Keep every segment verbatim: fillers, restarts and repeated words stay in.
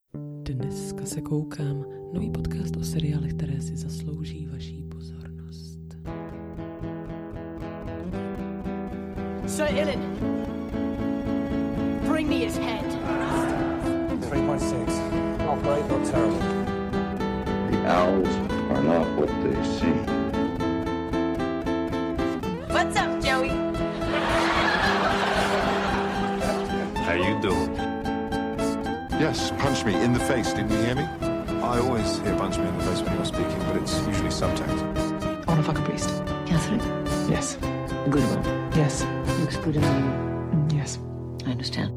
Dneska se koukám. Nový podcast o seriálech, které si zaslouží vaší pozornost. Sir Ilan, bring me his head. three point six. Not great, not terrible. The owls are not what they seem. What's up, Joey? How you doing? Yes, punch me in the face. Didn't you hear me? I always hear punch me in the face when you're speaking, but it's usually subtext. I want to fuck a priest. Catherine? Yes. Good one. Yes. Looks good on you. Mm, yes. I understand.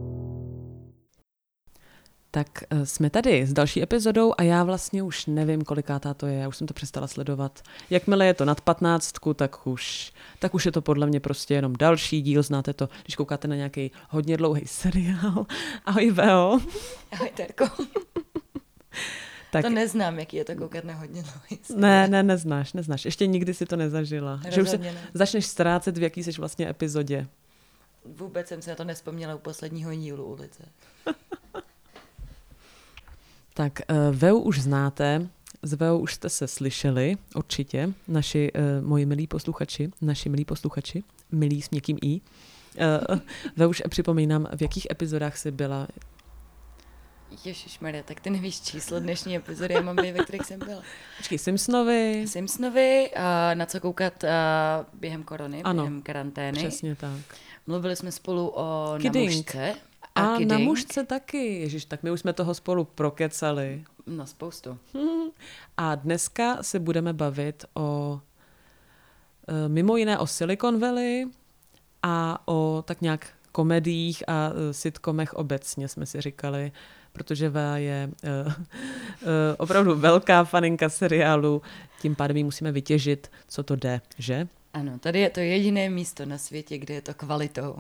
Tak uh, jsme tady s další epizodou a já vlastně už nevím, kolikátá to je, já už jsem to přestala sledovat. Jakmile je to nad patnáctku, tak už, tak už je to podle mě prostě jenom další díl, znáte to, když koukáte na nějaký hodně dlouhý seriál. Ahoj, Veo. Ahoj, Terko. Tak, to neznám, jaký je to koukat na hodně dlouhý seriál. Ne, ne, neznáš, neznáš. Ještě nikdy si to nezažila. Rozhodně že už se ne. začneš ztrácet, v jaký jsi vlastně epizodě. Vůbec jsem si na to nevzpomněla u posledního dílu Ulice. Tak uh, Veu už znáte, s Veu už jste se slyšeli, určitě, naši uh, moji milí posluchači, naši milí posluchači, milí s měkkým i. Uh, Veu už připomínám, v jakých epizodách jsi byla. Ježišmarja, tak ty nevíš číslo dnešní epizody, já mám vědět, ve kterých jsem byla. Počkej, Simpsonovi. Simpsonovi, uh, na co koukat uh, během korony, Ano, během karantény. Přesně tak. Mluvili jsme spolu o Kidding. Namušce. A, A a Kidding. na mužce taky. Ježiš, tak my už jsme toho spolu prokecali. No, spoustu. A dneska se budeme bavit o e, mimo jiné o Silicon Valley a o tak nějak komediích a e, sitcomech obecně jsme si říkali, protože Vea je e, e, opravdu velká faninka seriálu, tím pádem ji musíme vytěžit, co to jde, že? Ano, tady je to jediné místo na světě, kde je to kvalitou.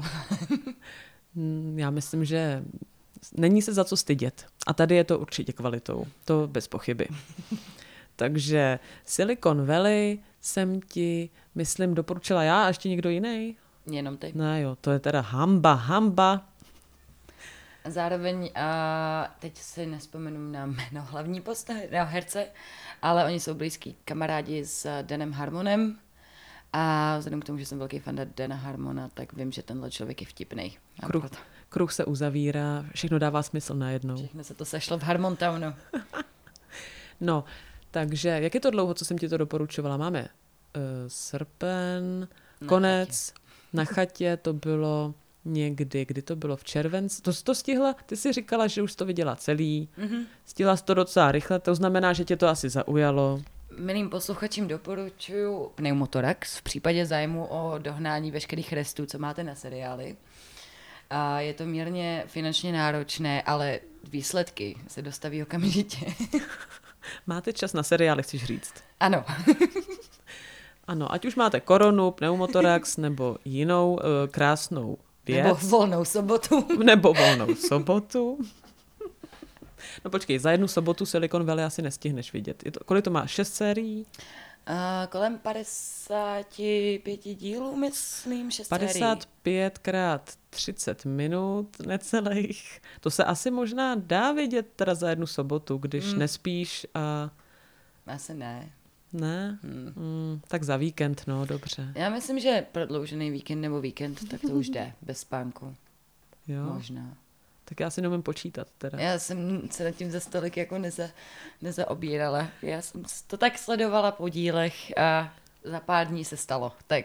Já myslím, že není se za co stydět. A tady je to určitě kvalitou. To bez pochyby. Takže Silicon Valley jsem ti, myslím, doporučila já a ještě někdo jiný? Jenom ty. No jo, to je teda hamba, hamba. Zároveň, a teď si nespomenu na jméno hlavní postavy, no, herce, ale oni jsou blízký kamarádi s Danem Harmonem. A vzhledem k tomu, že jsem velký fan Dana Harmona, tak vím, že tenhle člověk je vtipnej. Kruh, kruh se uzavírá, všechno dává smysl najednou. Všechno se to sešlo v Harmontownu. No, takže jak je to dlouho, co jsem ti to doporučovala? Máme uh, srpen, Na konec, chatě. Na chatě to bylo někdy, kdy to bylo v červenci. To jsi to stihla? Ty jsi říkala, že už to viděla celý. Mm-hmm. Stihla jsi to docela rychle, to znamená, že tě to asi zaujalo. Milým posluchačům doporučuji Pneumotorax v případě zájmu o dohnání veškerých restů, co máte na seriály. A je to mírně finančně náročné, ale výsledky se dostaví okamžitě. Máte čas na seriály, chceš říct? Ano. Ano, ať už máte koronu, pneumotorax nebo jinou uh, krásnou věc. Nebo volnou sobotu. Nebo volnou sobotu. No počkej, za jednu sobotu Silicon Valley asi nestihneš vidět. Je to, kolik to má? Šest sérií? Uh, kolem padesát pět dílů, myslím, šest padesát pět krát třicet minut necelých. To se asi možná dá vidět teda za jednu sobotu, když hmm. nespíš a... Asi ne. Ne? Hmm. Hmm, tak za víkend, no, dobře. Já myslím, že prodloužený víkend nebo víkend, tak to už jde, bez spánku. Jo. Možná. Tak já si neumím počítat teda. Já jsem se nad tím za stolik jako neza, nezaobírala. Já jsem to tak sledovala po dílech a za pár dní se stalo. Tak,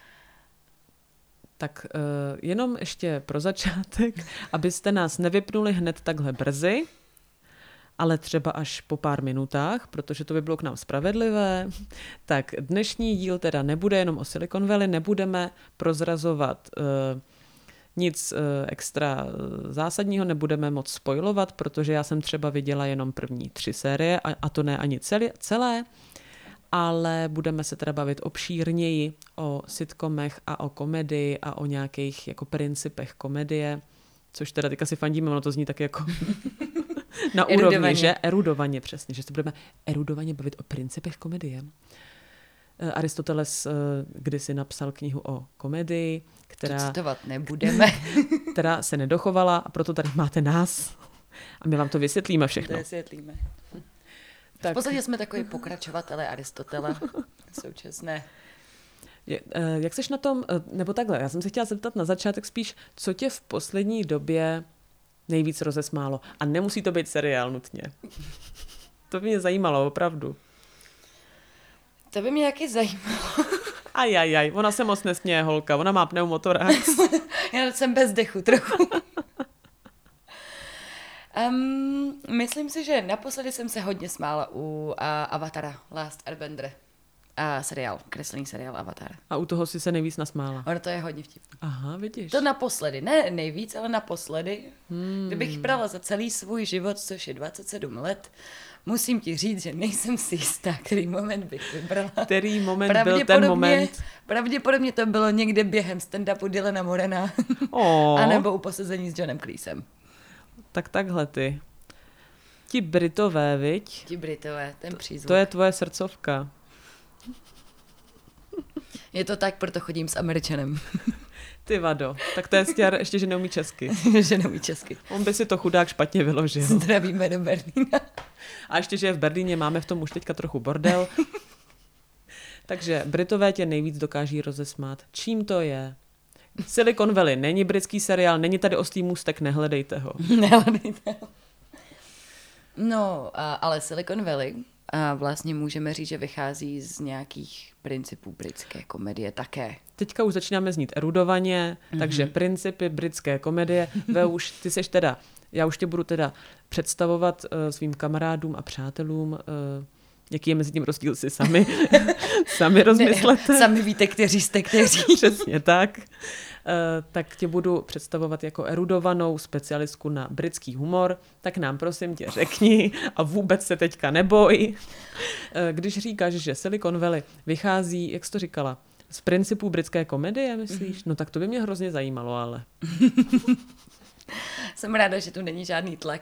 tak uh, jenom ještě pro začátek, abyste nás nevypnuli hned takhle brzy, ale třeba až po pár minutách, protože to by bylo k nám spravedlivé. Tak dnešní díl teda nebude jenom o Silicon Valley, nebudeme prozrazovat uh, nic uh, extra zásadního, nebudeme moc spoilovat, protože já jsem třeba viděla jenom první tři série, a, a to ne ani celé, celé, ale budeme se teda bavit obšírněji o sitcomech a o komedii a o nějakých jako principech komedie, což teda teďka si fandíme, ono to zní tak jako na úrovni, že? Erudovaně, přesně, že se budeme erudovaně bavit o principech komedie. Aristoteles kdysi napsal knihu o komedii, která, to citovat nebudeme. která se nedochovala a proto tady máte nás. A my vám to vysvětlíme všechno. To vysvětlíme. Tak. V podstatě jsme takový pokračovatelé Aristotela současné. Je, eh, jak seš na tom, eh, nebo takhle, já jsem se chtěla zeptat na začátek spíš, co tě v poslední době nejvíc rozesmálo? A nemusí to být seriál nutně. To by mě zajímalo, opravdu. To by mě jaký zajímalo. Ajajaj, ona se moc nesměje, holka, ona má pneumotorax. Já jsem bez dechu trochu. Um, myslím si, že naposledy jsem se hodně smála u uh, Avatara, Last Airbender. A seriál, kreslný seriál Avatar. A u toho si se nejvíc nasmála. Ono to je hodně vtipné. Aha, vidíš. To naposledy, ne nejvíc, ale naposledy. Hmm. Kdybych brala za celý svůj život, což je dvacet sedm let, musím ti říct, že nejsem si jistá, který moment bych vybrala. Který moment byl ten moment? Pravděpodobně to bylo někde během stand-upu Dylana Morena. Oh. A nebo u posezení s Johnem Cleesem. Tak takhle ty. Ti Britové, viď? Ti Britové, ten přízvuk. To je tvoje srdcovka. Je to tak, proto chodím s Američanem. Ty vado, tak to je stěr ještě, že neumí česky. Že neumí česky. On by si to chudák špatně vyložil. Zdravíme do Berlína. A ještě, že je v Berlíně, máme v tom už teďka trochu bordel. Takže Britové tě nejvíc dokáží rozesmát. Čím to je? Silicon Valley není britský seriál, není tady Oslý můstek, nehledejte ho. Nehledejte ho. No, a, ale Silicon Valley a vlastně můžeme říct, že vychází z nějakých principů britské komedie také. Teďka už začínáme znít erudovaně, mm-hmm. takže principy britské komedie. Ve už, ty seš teda, já už tě budu teda představovat uh, svým kamarádům a přátelům, uh, jaký je mezi tím rozdíl, si sami, sami rozmyslete. Ne, sami víte, kteří jste kteří. Přesně tak. Uh, tak tě budu představovat jako erudovanou specialistku na britský humor, tak nám prosím tě řekni a vůbec se teďka neboj. Uh, když říkáš, že Silicon Valley vychází, jak jsi to říkala, z principů britské komedie, myslíš? Mm-hmm. No tak to by mě hrozně zajímalo, ale... Jsem ráda, že tu není žádný tlak.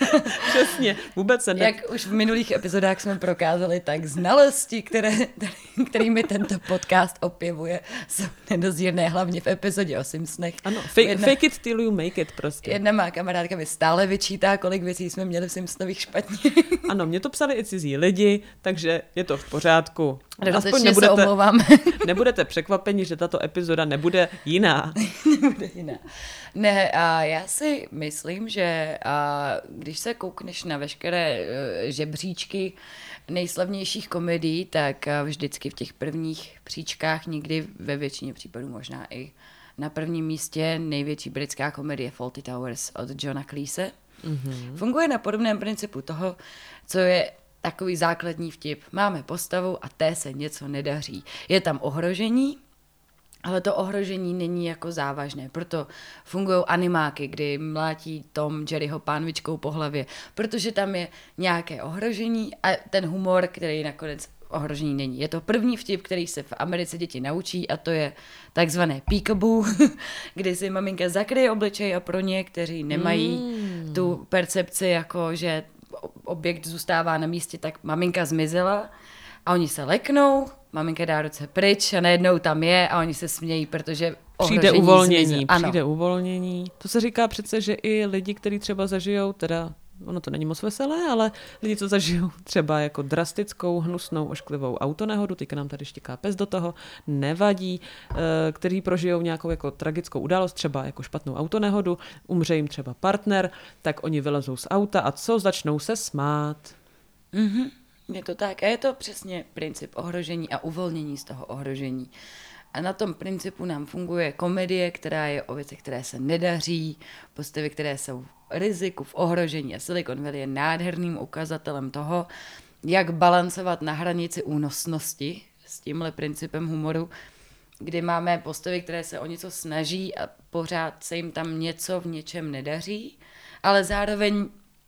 Přesně, vůbec se ne... Jak už v minulých epizodách jsme prokázali, tak znalosti, které, kterými tento podcast opěvuje, jsou nedozírné, hlavně v epizodě o Simpsonech. Ano, fake, jedna, fake it till you make it prostě. Jedna má kamarádka mi stále vyčítá, kolik věcí jsme měli v Simpsonových špatně. Ano, mě to psali i cizí lidi, takže je to v pořádku. Aspoň nebudete, se omlouváme. Nebudete překvapeni, že tato epizoda nebude jiná. Nebude jiná. Ne, a já si myslím, že a, když se koukneš na veškeré uh, žebříčky nejslavnějších komedií, tak uh, vždycky v těch prvních příčkách, nikdy ve většině případů možná i na prvním místě největší britská komedie Fawlty Towers od Johna Cleese. Mm-hmm. Funguje na podobném principu toho, co je takový základní vtip. Máme postavu a té se něco nedaří. Je tam ohrožení, ale to ohrožení není jako závažné, proto fungují animáky, kdy mlátí Tom Jerryho pánvičkou po hlavě, protože tam je nějaké ohrožení a ten humor, který nakonec ohrožení není. Je to první vtip, který se v Americe děti naučí a to je takzvané peekaboo, kdy si maminka zakryje obličej a pro ně, kteří nemají mm. tu percepci, jako že objekt zůstává na místě, tak maminka zmizela a oni se leknou, maminka dá ruce pryč a najednou tam je a oni se smějí, protože přijde uvolnění, přijde uvolnění. To se říká přece, že i lidi, kteří třeba zažijou, teda ono to není moc veselé, ale lidi, co zažijou třeba jako drastickou, hnusnou, ošklivou autonehodu, teďka nám tady štěká pes do toho, nevadí, kteří prožijou nějakou jako tragickou událost, třeba jako špatnou autonehodu, umře jim třeba partner, tak oni vylezou z auta a co, začnou se smát. Mhm. Je to tak a je to přesně princip ohrožení a uvolnění z toho ohrožení. A na tom principu nám funguje komedie, která je o věcech, které se nedaří, postavy, které jsou v riziku, v ohrožení. A Silicon Valley je nádherným ukazatelem toho, jak balancovat na hranici únosnosti s tímhle principem humoru, kdy máme postavy, které se o něco snaží a pořád se jim tam něco v něčem nedaří, ale zároveň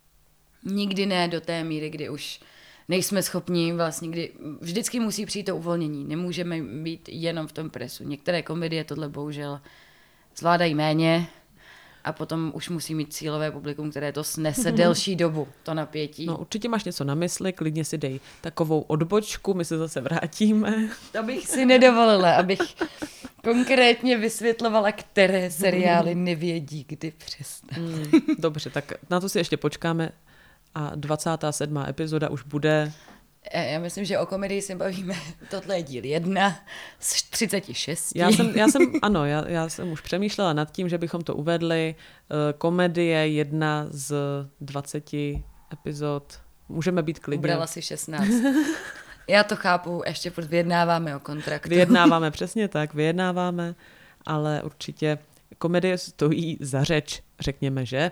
nikdy ne do té míry, kdy už nejsme schopni vlastně, kdy vždycky musí přijít to uvolnění. Nemůžeme být jenom v tom presu. Některé komedie tohle bohužel zvládají méně a potom už musí mít cílové publikum, které to snese delší dobu, to napětí. No určitě máš něco na mysli, klidně si dej takovou odbočku, my se zase vrátíme. To bych si nedovolila, abych konkrétně vysvětlovala, které seriály nevědí, kdy přestat. Mm, dobře, tak na to si ještě počkáme a dvacátá sedmá epizoda už bude... Já myslím, že o komedii se bavíme. Tohle je díl jedna z třicet šest. Já jsem, já jsem ano, já, já jsem už přemýšlela nad tím, že bychom to uvedli. Komedie jedna z dvaceti epizod. Můžeme být klidně. Ubrala si šestnáct. Já to chápu, ještě furt vyjednáváme o kontraktu. Vyjednáváme, přesně tak, vyjednáváme, ale určitě komedie stojí za řeč, řekněme, že?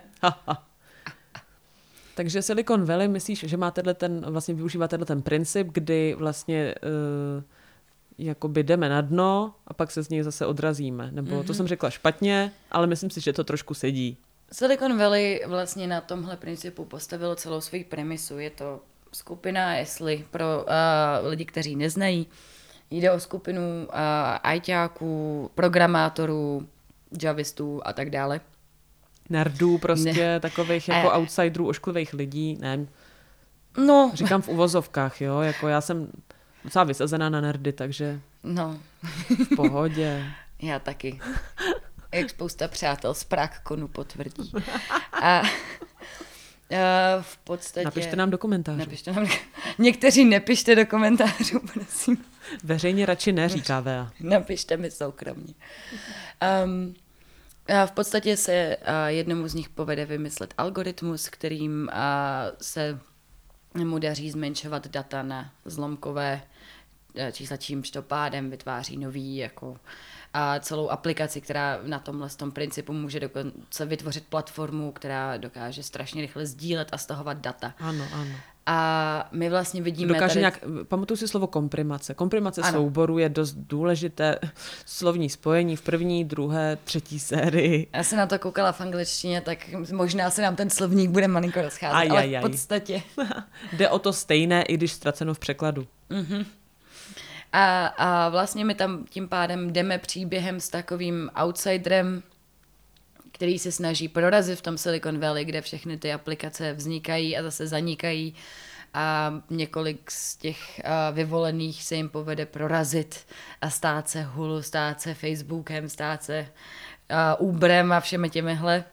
Takže Silicon Valley, myslíš, že má tenhle ten, vlastně využívá tenhle ten princip, kdy vlastně uh, jakoby jdeme na dno a pak se z něj zase odrazíme. Nebo mm-hmm. to jsem řekla špatně, ale myslím si, že to trošku sedí. Silicon Valley vlastně na tomhle principu postavilo celou svoji premisu. Je to skupina, jestli pro uh, lidi, kteří neznají, jde o skupinu uh, ajťáků, programátorů, javistů a tak dále. Nerdů prostě, ne. takových jako a... outsiderů, ošklivých lidí, ne. No. Říkám v uvozovkách, jo, jako já jsem docela vysazená na nerdy, takže no. v pohodě. Já taky. Jak spousta přátel z PragConu potvrdí. A, a v podstatě... Napište nám do komentářů. Napište nám... Někteří nepište do komentářů, prosím. Veřejně radši ne, říká Vea. Napište mi soukromně. Um, a v podstatě se a, jednomu z nich povede vymyslet algoritmus, kterým a, se mu daří zmenšovat data na zlomkové čísla, čímž to pádem vytváří nový jako a celou aplikaci, která na tomhle tom principu může dokonce vytvořit platformu, která dokáže strašně rychle sdílet a stahovat data. Ano, ano. A my vlastně vidíme... Dokáže tady... nějak, pamatuju si slovo komprimace. Komprimace ano. souboru je dost důležité slovní spojení v první, druhé, třetí sérii. Já jsem na to koukala v angličtině, tak možná se nám ten slovník bude malinko rozcházet, aj, ale aj, v podstatě... Jde o to stejné, i když ztraceno v překladu. Mhm. A, a vlastně my tam tím pádem jdeme příběhem s takovým outsiderem, který se snaží prorazit v tom Silicon Valley, kde všechny ty aplikace vznikají a zase zanikají a několik z těch uh, vyvolených se jim povede prorazit a stát se Hulu, stát se Facebookem, stát se uh, Uberem a všemi těmihle.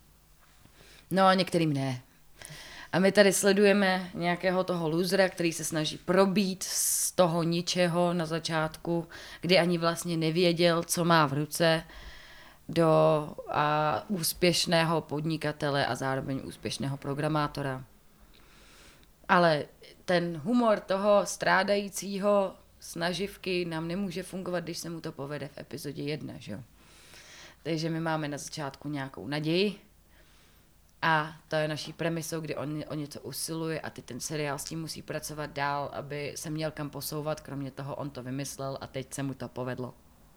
No a některým ne. A my tady sledujeme nějakého toho losera, který se snaží probít z toho ničeho na začátku, kdy ani vlastně nevěděl, co má v ruce, do a, úspěšného podnikatele a zároveň úspěšného programátora. Ale ten humor toho strádajícího snaživky nám nemůže fungovat, když se mu to povede v epizodě jedna, že jo? Takže my máme na začátku nějakou naději, a to je naší premisou, kdy on o něco usiluje a teď ten seriál s tím musí pracovat dál, aby se měl kam posouvat, kromě toho on to vymyslel a teď se mu to povedlo.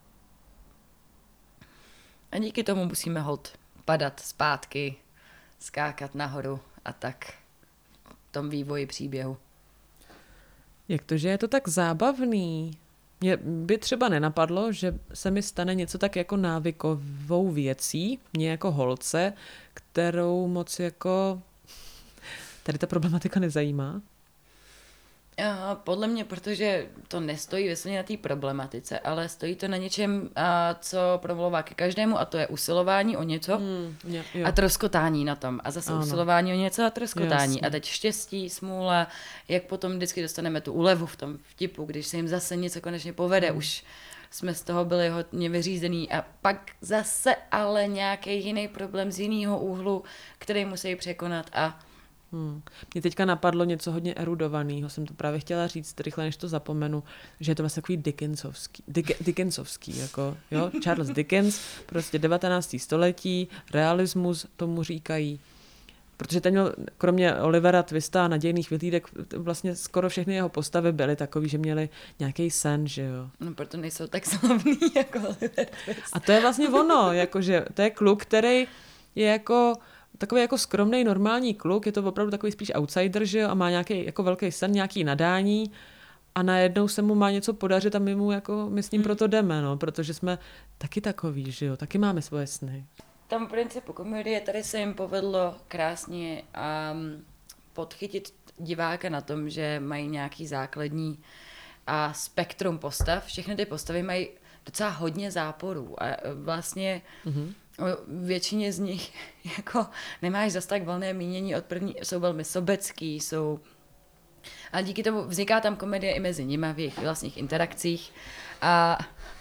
A díky tomu musíme holt padat zpátky, skákat nahoru a tak v tom vývoji příběhu. Jak to, že je to tak zábavný? Mě by třeba nenapadlo, že se mi stane něco tak jako návykovou věcí, mě jako holce, kterou moc jako tady ta problematika nezajímá. A podle mě, protože to nestojí vysloveně na té problematice, ale stojí to na něčem, co promlouvá ke každému, a to je usilování o něco hmm, je, a troskotání na tom. A zase ano. usilování o něco a troskotání. Jasně. A teď štěstí, smůla, jak potom vždycky dostaneme tu úlevu v tom vtipu, když se jim zase něco konečně povede, hmm. už jsme z toho byli hodně vyřízený a pak zase ale nějaký jiný problém z jiného úhlu, který musí překonat a Hmm. Mně teďka napadlo něco hodně erudovaného, jsem to právě chtěla říct, rychle než to zapomenu, že je to vlastně takový Dickensovský, Dick, Dickensovský, jako, jo, Charles Dickens, prostě devatenácté století, realismus tomu říkají, protože ten měl, kromě Olivera Twista a nadějných vyhlídek, vlastně skoro všechny jeho postavy byly takový, že měli nějaký sen, že jo. No proto nejsou tak slavný jako Oliver Twist. A to je vlastně ono, jakože to je kluk, který je jako takový jako skromný normální kluk, je to opravdu takový spíš outsider, že jo, a má nějaký jako velký sen, nějaký nadání a najednou se mu má něco podařit a my mu jako, my s ním hmm. proto jdeme, no, protože jsme taky takový, že jo, taky máme svoje sny. Tam principu komedie tady se jim povedlo krásně um, podchytit diváka na tom, že mají nějaký základní a spektrum postav. Všechny ty postavy mají docela hodně záporů a vlastně mm-hmm. většině z nich jako nemáš zas tak volné mínění od první, jsou velmi sobecký, jsou a díky tomu vzniká tam komedie i mezi nimi v jejich vlastních interakcích a,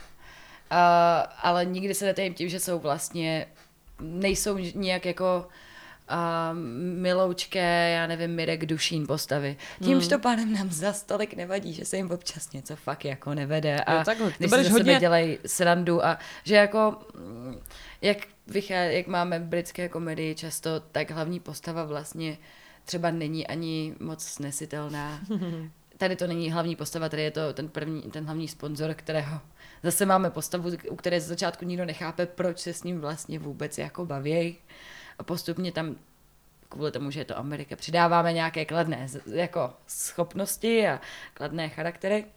a ale nikdy se netajím tím, že jsou vlastně nejsou nějak jako a miloučké, já nevím, Mirek Dušín postavy. Tímž hmm. to pádem nám zas tolik nevadí, že se jim občas něco fakt jako nevede a jo, takhle, když se hodně... sebe dělají srandu a že jako jak, vychá, jak máme v britské komedii často, tak hlavní postava vlastně třeba není ani moc snesitelná. Tady to není hlavní postava, tady je to ten první, ten hlavní sponzor, kterého zase máme postavu, u které z začátku nikdo nechápe, proč se s ním vlastně vůbec jako baví. A postupně tam, kvůli tomu, že je to Amerika, přidáváme nějaké kladné jako schopnosti a kladné charaktery.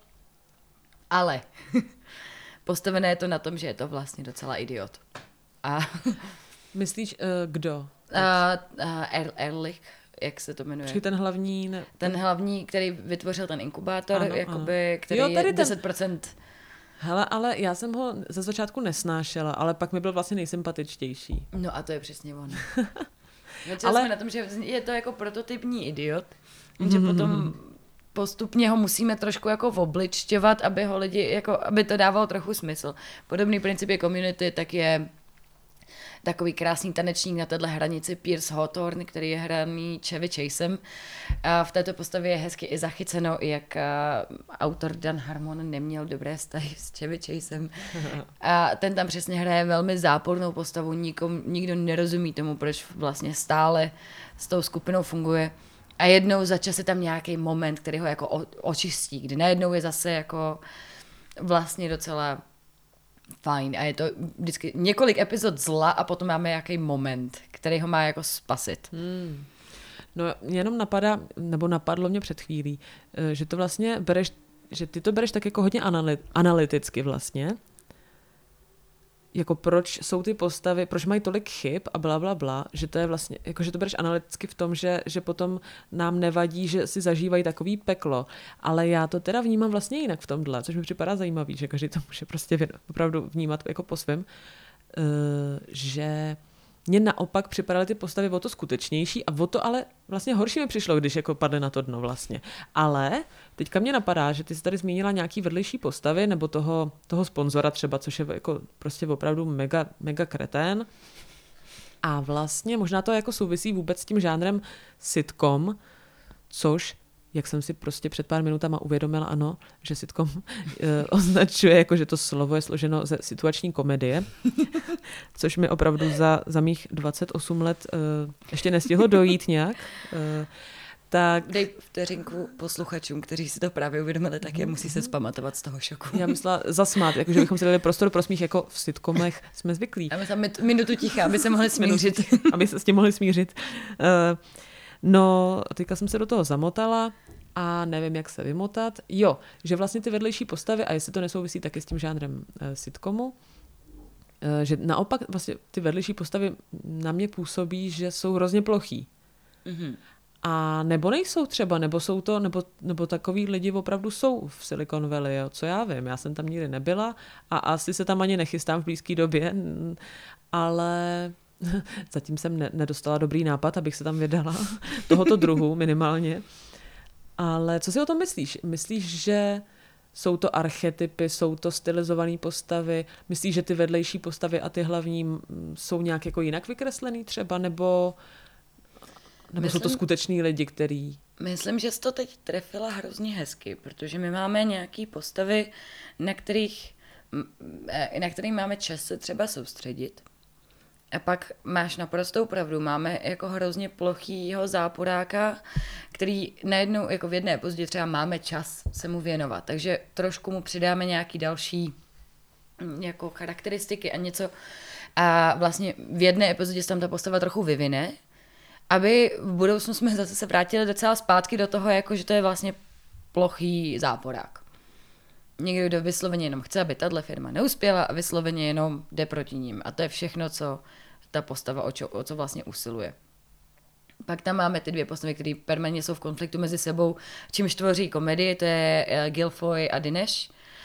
Ale postavené je to na tom, že je to vlastně docela idiot. A myslíš, uh, kdo? Uh, uh, er, Erlich, jak se to jmenuje? Počkej, ten hlavní... Ne... Ten hlavní, který vytvořil ten inkubátor, ano, jakoby, ano. který jo, je ten... deset procent... Hele, ale já jsem ho ze začátku nesnášela, ale pak mi byl vlastně nejsympatičtější. No a to je přesně ono. Začali ale... jsme na tom, že je to jako prototypní idiot, že potom postupně ho musíme trošku jako obličťovat, aby ho lidi, jako, aby to dávalo trochu smysl. Podobný princip je Community, tak je takový krásný tanečník na téhle hranici Pierce Hawthorne, který je hraný Chevy Chasem. A v této postavě je hezky i zachyceno, jak autor Dan Harmon neměl dobré vztahy s Chevy Chasem. A ten tam přesně hraje velmi zápornou postavu, nikom, nikdo nerozumí tomu, proč vlastně stále s tou skupinou funguje. A jednou za čas je tam nějaký moment, který ho jako očistí, kdy najednou je zase jako vlastně docela fajn a je to vždycky několik epizod zla a potom máme nějaký moment, který ho má jako spasit. Hmm. No jenom napadá, nebo napadlo mě před chvílí, že to vlastně bereš, že ty to bereš tak jako hodně analyticky vlastně. Jako proč jsou ty postavy, proč mají tolik chyb a bla, bla, bla, že to je vlastně, jako že to bereš analyticky v tom, že, že potom nám nevadí, že si zažívají takový peklo, ale já to teda vnímám vlastně jinak v tomhle, což mi připadá zajímavý, že každý to může prostě opravdu vnímat jako po svém, uh, že mně naopak připadaly ty postavy o to skutečnější a o to ale vlastně horší mi přišlo, když jako padly na to dno vlastně. Ale teďka mě napadá, že ty jsi tady zmínila nějaký vedlejší postavy nebo toho, toho sponzora třeba, což je jako prostě opravdu mega, mega kretén. A vlastně možná to jako souvisí vůbec s tím žánrem sitcom, což jak jsem si prostě před pár minutama uvědomila, ano, že sitcom e, označuje, jako že to slovo je složeno ze situační komedie, což mi opravdu za, za mých dvacet osm let e, ještě nestihlo dojít nějak. E, tak... Dej vteřinku posluchačům, kteří si to právě uvědomili, tak je musí se zpamatovat z toho šoku. Já myslela zasmát, jakože bychom si dali prostor pro smích, jako v sitcomech jsme zvyklí. A my tam minutu ticha, aby se mohli smířit. aby se s tím mohli smířit. E, No, teďka jsem se do toho zamotala a nevím, jak se vymotat. Jo, že vlastně ty vedlejší postavy, a jestli to nesouvisí taky s tím žánrem e, sitcomu, e, že naopak vlastně ty vedlejší postavy na mě působí, že jsou hrozně plochý. Mm-hmm. A nebo nejsou třeba, nebo jsou to, nebo, nebo takový lidi opravdu jsou v Silicon Valley, jo, co já vím, já jsem tam nikdy nebyla a asi se tam ani nechystám v blízké době, ale... Zatím jsem ne- nedostala dobrý nápad, abych se tam vydala, tohoto druhu minimálně. Ale co si o tom myslíš? Myslíš, že jsou to archetypy, jsou to stylizované postavy? Myslíš, že ty vedlejší postavy a ty hlavní jsou nějak jako jinak vykreslený třeba? Nebo, nebo myslím, jsou to skuteční lidi, který... Myslím, že jsi to teď trefila hrozně hezky, protože my máme nějaký postavy, na kterých, na kterých máme čas se třeba soustředit. A pak máš naprostou pravdu, máme jako hrozně plochýho záporáka, který najednou jako v jedné epizodě třeba máme čas se mu věnovat, takže trošku mu přidáme nějaký další jako charakteristiky a něco a vlastně v jedné epizodě se tam ta postava trochu vyvine, aby v budoucnu jsme zase se vrátili docela zpátky do toho, jako že to je vlastně plochý záporák. Někdo, kdo vysloveně jenom chce, aby tato firma neuspěla a vysloveně jenom jde proti ním. A to je všechno, co ta postava, o, čo, o co vlastně usiluje. Pak tam máme ty dvě postavy, které permanentně jsou v konfliktu mezi sebou, čímž tvoří komedii, to je Guilfoyle a Dinesh.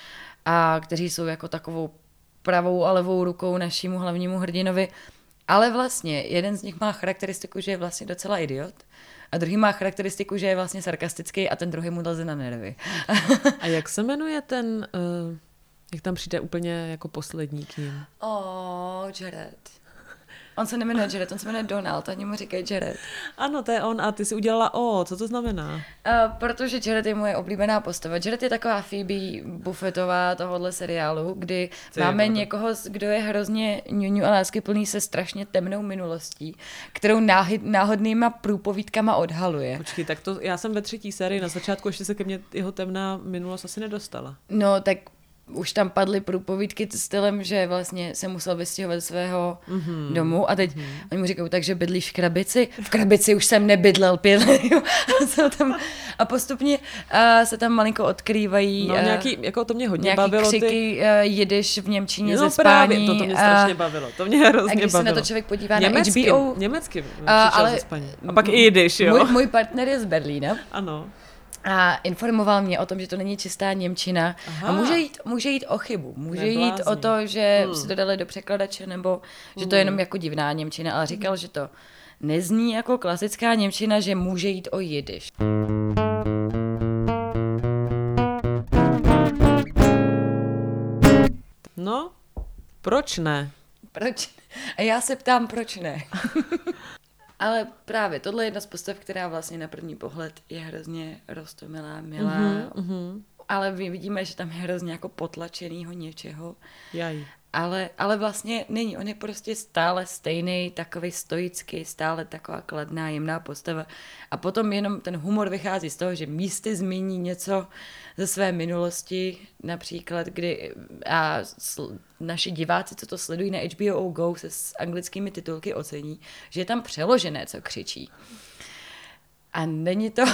a kteří jsou jako takovou pravou a levou rukou našímu hlavnímu hrdinovi. Ale vlastně jeden z nich má charakteristiku, že je vlastně docela idiot a druhý má charakteristiku, že je vlastně sarkastický a ten druhý mu leze na nervy. A jak se jmenuje ten, uh, jak tam přijde úplně jako poslední k ním? Oh, Jared. On se nemenuje Jared, on se jmenuje Donald, oni mu říkají Jared. Ano, to je on a ty si udělala o, co to znamená? Uh, protože Jared je moje oblíbená postava. Jared je taková Phoebe Buffettová tohohle seriálu, kdy Ty máme je někoho, kdo je hrozně ňuňu a láskyplný se strašně temnou minulostí, kterou náhy, náhodnýma průpovídkama odhaluje. Počkej, tak to já jsem ve třetí sérii, na začátku ještě se ke mně jeho temná minulost asi nedostala. No, tak už tam padly průpovídky stylem, že vlastně se musel vystěhovat ze svého mm-hmm. domu a teď mm-hmm. oni mu říkají, takže bydlíš v krabici? V krabici už jsem nebydlel pět let. a, tam, a postupně a se tam malinko odkrývají no, nějaký, jako to mě hodně nějaký bavilo. Křiky ty... jidiš v němčině no, ze spání. Právě, to, to mě strašně bavilo. To mě hrozně a když bavilo. se na to člověk podívá německým, na H B O. Německým, a, ale, ze spaní. A pak i jidiš, jo? Můj, můj partner je z Berlína. Ano. A informoval mě o tom, že to není čistá němčina. Aha. A může jít, může jít o chybu. Může Neblázni. jít o to, že hmm. si to dali do překladače, nebo že to je jenom jako divná němčina. Ale říkal, že to nezní jako klasická němčina, že může jít o jidiš. No, proč ne? Proč? A já se ptám, proč ne? Ale právě tohle je jedna z postav, která vlastně na první pohled je hrozně roztomilá, milá, mm-hmm. ale vidíme, že tam je hrozně jako potlačenýho něčeho. Jaj. Ale, ale vlastně není, on je prostě stále stejný, takový stoický, stále taková kladná, jemná postava. A potom jenom ten humor vychází z toho, že místy zmíní něco ze své minulosti, například, kdy a sl, naši diváci, co to sledují na H B O Go se s anglickými titulky ocení, že je tam přeložené, co křičí. A není to...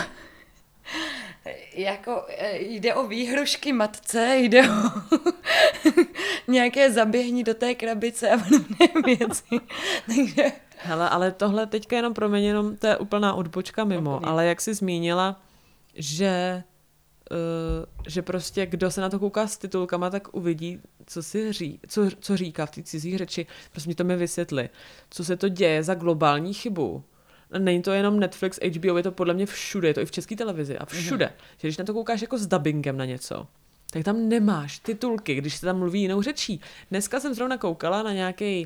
jako jde o výhrušky matce, jde o nějaké zaběhni do té krabice a podobné věci. Takže... Hele, ale tohle teďka jenom pro mě, jenom to je úplná odbočka mimo, Úplně. Ale jak jsi zmínila, že, uh, že prostě kdo se na to kouká s titulkama, tak uvidí, co si ří, co, co říká v té cizí řeči. Prostě mi to mi vysvětli, co se to děje za globální chybu. Není to jenom Netflix, H B O, je to podle mě všude, je to i v české televizi a všude. Mm-hmm. Že když na to koukáš jako s dubbingem na něco, tak tam nemáš titulky, když se tam mluví jinou řečí. Dneska jsem zrovna koukala na nějaký,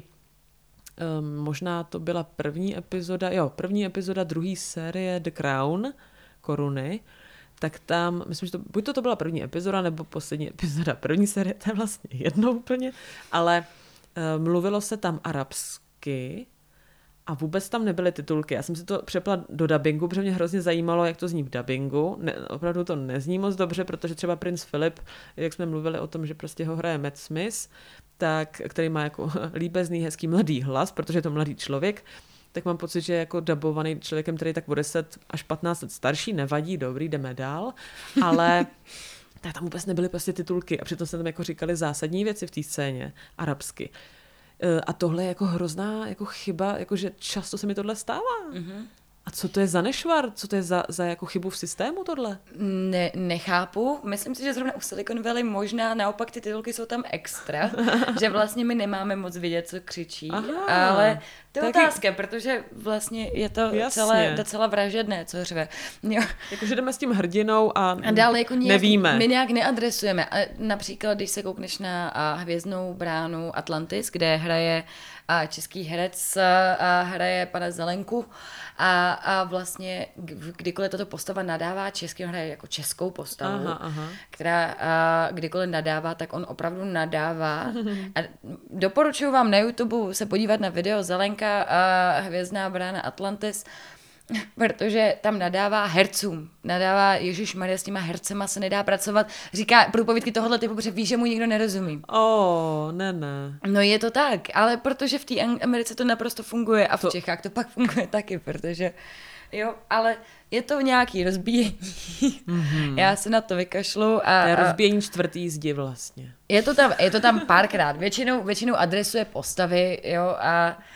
um, možná to byla první epizoda, jo, první epizoda druhé série The Crown, Koruny, tak tam, myslím, že to, buď to, to byla první epizoda, nebo poslední epizoda první série, to je vlastně jedno úplně, ale um, mluvilo se tam arabsky, a vůbec tam nebyly titulky. Já jsem si to přepla do dabingu, protože mě hrozně zajímalo, jak to zní v dabingu. Ne, opravdu to nezní moc dobře, protože třeba princ Philip, jak jsme mluvili o tom, že prostě ho hraje Matt Smith, tak, který má jako líbezný, hezký mladý hlas, protože je to mladý člověk, tak mám pocit, že je jako dabovaný člověkem, který je tak o deset až patnáct let starší, nevadí, dobrý, jdeme dál, ale tak tam vůbec nebyly prostě titulky a přitom se tam jako říkali zásadní věci v té scéně, arabsky. A tohle je jako hrozná jako chyba, jakože často se mi tohle stává. Mm-hmm. A co to je za nešvar? Co to je za, za jako chybu v systému tohle? Ne, nechápu. Myslím si, že zrovna u Silicon Valley možná naopak ty titulky jsou tam extra, že vlastně my nemáme moc vidět, co křičí. Aha, ale to je taky... otázka, protože vlastně je to celé, docela vražedné, co řve. Jakože jdeme s tím hrdinou a, a dále jako nějak, nevíme. My nějak neadresujeme. A například, když se koukneš na a, Hvězdnou bránu Atlantis, kde hraje a český herec a hraje pana Zelenku a, a vlastně kdykoliv tato postava nadává česky, on hraje jako českou postavu, aha, aha. která a, kdykoliv nadává, tak on opravdu nadává. A doporučuji vám na YouTube se podívat na video Zelenka a Hvězdná brána Atlantis, protože tam nadává hercům. Nadává, ježišmarja, s těma hercema se nedá pracovat. Říká průpovídky tohohle typu, protože ví, že mu nikdo nerozumí. Oh, ne, ne. No je to tak, ale protože v té Americe to naprosto funguje a v to... Čechách to pak funguje taky, protože jo, ale je to nějaký rozbíjení. Mm-hmm. Já se na to vykašlu. A, to je rozbíjení čtvrtý zdi vlastně. Je to tam, je to tam párkrát. Většinou, většinou adresuje postavy, jo, a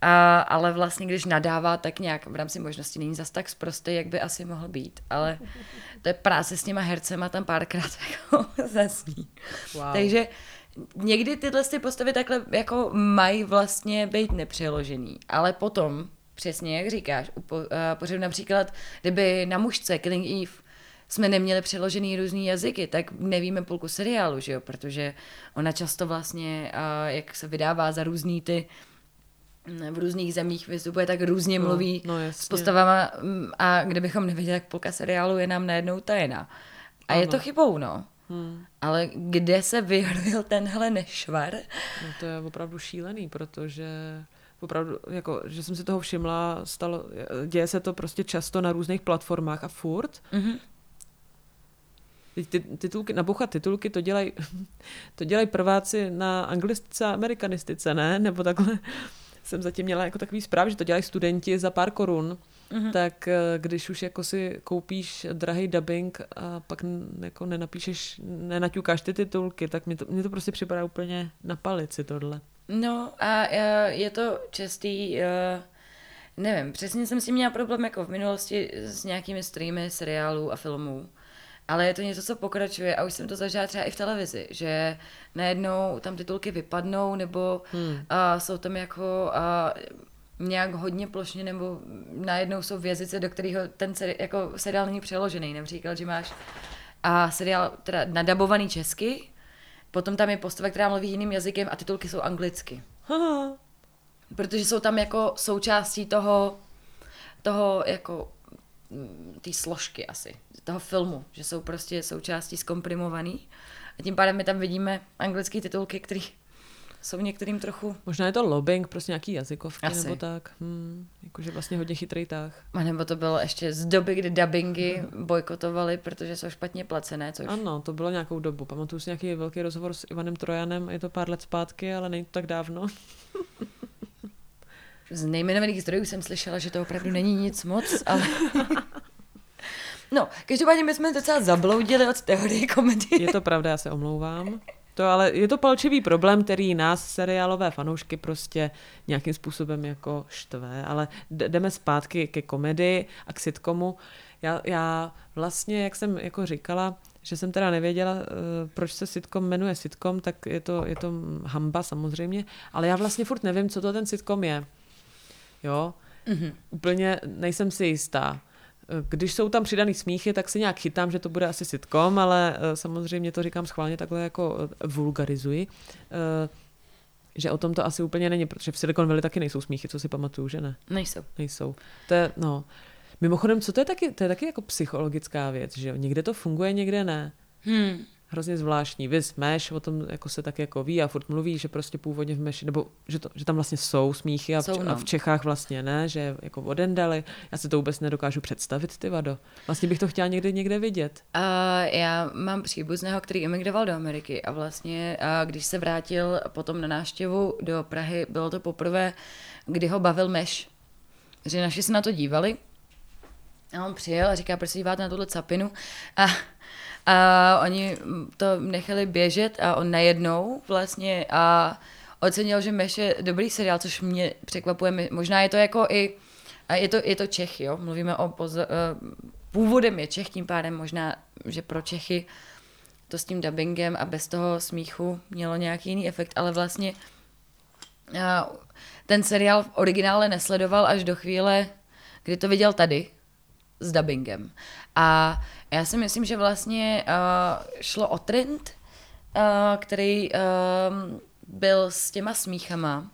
A, ale vlastně, když nadává, tak nějak v rámci možností není zas tak sprostý, jak by asi mohl být. Ale to je práce s těma hercema, tam párkrát jako zasní. Wow. Takže někdy tyhle ty postavy takhle jako mají vlastně být nepřeložený. Ale potom, přesně jak říkáš, u po, uh, pořadu například, kdyby na mužce Killing Eve jsme neměli přeložený různý jazyky, tak nevíme půlku seriálu, že jo? Protože ona často vlastně, uh, jak se vydává za různý ty v různých zemích vystupuje, tak různě no, mluví no, s postavama a kdybychom nevěděli, tak půlka seriálu je nám najednou tajná. A ano. Je to chybou, no. Hmm. Ale kde se vyhrojil tenhle nešvar? No to je opravdu šílený, protože opravdu, jako, že jsem si toho všimla, stalo, děje se to prostě často na různých platformách a furt. Mm-hmm. Ty, titulky, nabouchat titulky, to dělají to dělaj prváci na anglistice a amerikanistice, ne? Nebo takhle. Jsem zatím měla jako takový zpráv, že to dělají studenti za pár korun, mm-hmm. tak když už jako si koupíš drahý dubbing a pak jako nenapíšeš, nenaťukáš ty titulky, tak mě to, mě to prostě připadá úplně na palici tohle. No a je to častý, nevím, přesně jsem s tím měla problém jako v minulosti s nějakými streamy seriálů a filmů. Ale je to něco, co pokračuje a už jsem to zažila třeba i v televizi, že najednou tam titulky vypadnou nebo hmm. a jsou tam jako a, nějak hodně plošně nebo najednou jsou v jazyce, do kterého ten seri, jako seriál není přeložený. Například, že máš a seriál teda nadabovaný česky, potom tam je postava, která mluví jiným jazykem a titulky jsou anglicky. Aha. Protože jsou tam jako součástí toho, toho jako té složky asi, toho filmu, že jsou prostě součástí zkomprimovaný a tím pádem my tam vidíme anglické titulky, které jsou některým trochu... Možná je to lobbying, prostě nějaký jazykovky asi. Nebo tak. Hmm, jakože vlastně hodně chytrý tah. A nebo to bylo ještě z doby, kdy dubbingy bojkotovali, protože jsou špatně placené, což... Ano, to bylo nějakou dobu. Pamatuju si nějaký velký rozhovor s Ivanem Trojanem, je to pár let zpátky, ale není to tak dávno. Z nejmenovaných zdrojů jsem slyšela, že to opravdu není nic moc, ale... No, každopádně my jsme docela zabloudili od teorie komedie. Je to pravda, já se omlouvám. To ale je to palčivý problém, který nás, seriálové fanoušky, prostě nějakým způsobem jako štve, ale jdeme zpátky ke komedii a k sitcomu. Já, já vlastně, jak jsem jako říkala, že jsem teda nevěděla, proč se sitcom jmenuje sitcom, tak je to, je to hamba samozřejmě, ale já vlastně furt nevím, co to ten sitcom je. Jo? Mm-hmm. Úplně nejsem si jistá. Když jsou tam přidaný smíchy, tak si nějak chytám, že to bude asi sitcom, ale samozřejmě to říkám schválně takhle jako vulgarizuji, že o tom to asi úplně není, protože v Silicon Valley taky nejsou smíchy, co si pamatuju, že ne? Nejsou. Nejsou. To je, no. Mimochodem, co to je taky, to je taky jako psychologická věc, že jo? Někde to funguje, někde ne. Hmm. Hrozně zvláštní. Vy Smash, o tom jako se tak jako ví a furt mluví, že prostě původně v Meši, nebo že, to, že tam vlastně jsou smíchy a v, jsou, no. a v Čechách vlastně ne, že jako odendali. Já si to vůbec nedokážu představit, ty vado. Vlastně bych to chtěla někde někde vidět. Uh, já mám příbuzného, který emigroval do Ameriky a vlastně uh, když se vrátil potom na návštěvu do Prahy, bylo to poprvé, kdy ho bavil Meš. Že naši se na to dívali a on přijel a říká, proč se díváte na tuhle capinu a A oni to nechali běžet a on najednou vlastně a ocenil, že Meš je dobrý seriál, což mě překvapuje. Možná je to jako i, a je to, je to Čech, jo, mluvíme o poz- původem je Čech, tím pádem možná, že pro Čechy to s tím dubbingem a bez toho smíchu mělo nějaký jiný efekt, ale vlastně ten seriál v originále nesledoval až do chvíle, kdy to viděl tady s dubbingem. A já si myslím, že vlastně uh, šlo o trend, uh, který uh, byl s těma smíchama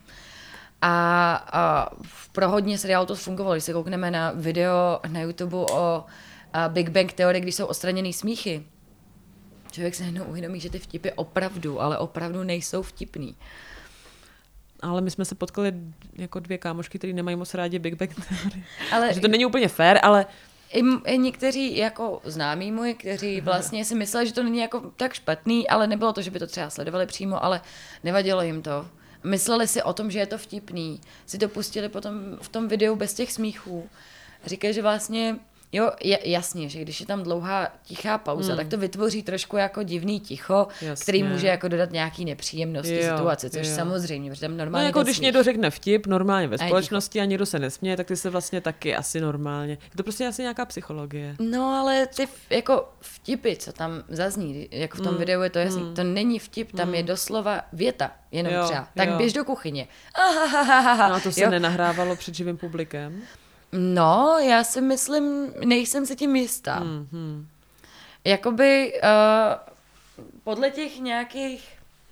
a uh, pro hodně seriálů to fungovalo. Když se koukneme na video na YouTube o uh, Big Bang Theory, když jsou odstraněný smíchy, člověk se najednou uvědomí, že ty vtipy opravdu, ale opravdu nejsou vtipný. Ale my jsme se potkali jako dvě kámošky, které nemají moc rádi Big Bang Theory. Ale že to není úplně fair, ale I, i někteří jako známí můj, kteří vlastně si mysleli, že to není jako tak špatný, ale nebylo to, že by to třeba sledovali přímo, ale nevadilo jim to. Mysleli si o tom, že je to vtipný. Si to pustili potom v tom videu bez těch smíchů. Říkají, že vlastně Jo, je, jasně, že když je tam dlouhá tichá pauza, Hmm. tak to vytvoří trošku jako divný ticho, Jasně. který může jako dodat nějaký nepříjemnosti Jo, situace, což jo. samozřejmě, protože tam No normálně jako ten když smích. někdo řekne vtip normálně ve A je společnosti a někdo se nesměje, tak ty se vlastně taky asi normálně. Je to prostě asi nějaká psychologie. No ale ty f- jako vtipy, co tam zazní, jako v tom Mm, videu je to jasný, mm. to není vtip, tam je doslova věta, jenom Jo, třeba. Tak jo. běž do kuchyně. Ahahaha, No a to se jo. nenahrávalo před živým publikem? No, já si myslím, nejsem si tím jistá. Hmm, hmm. Jakoby uh, podle těch nějakých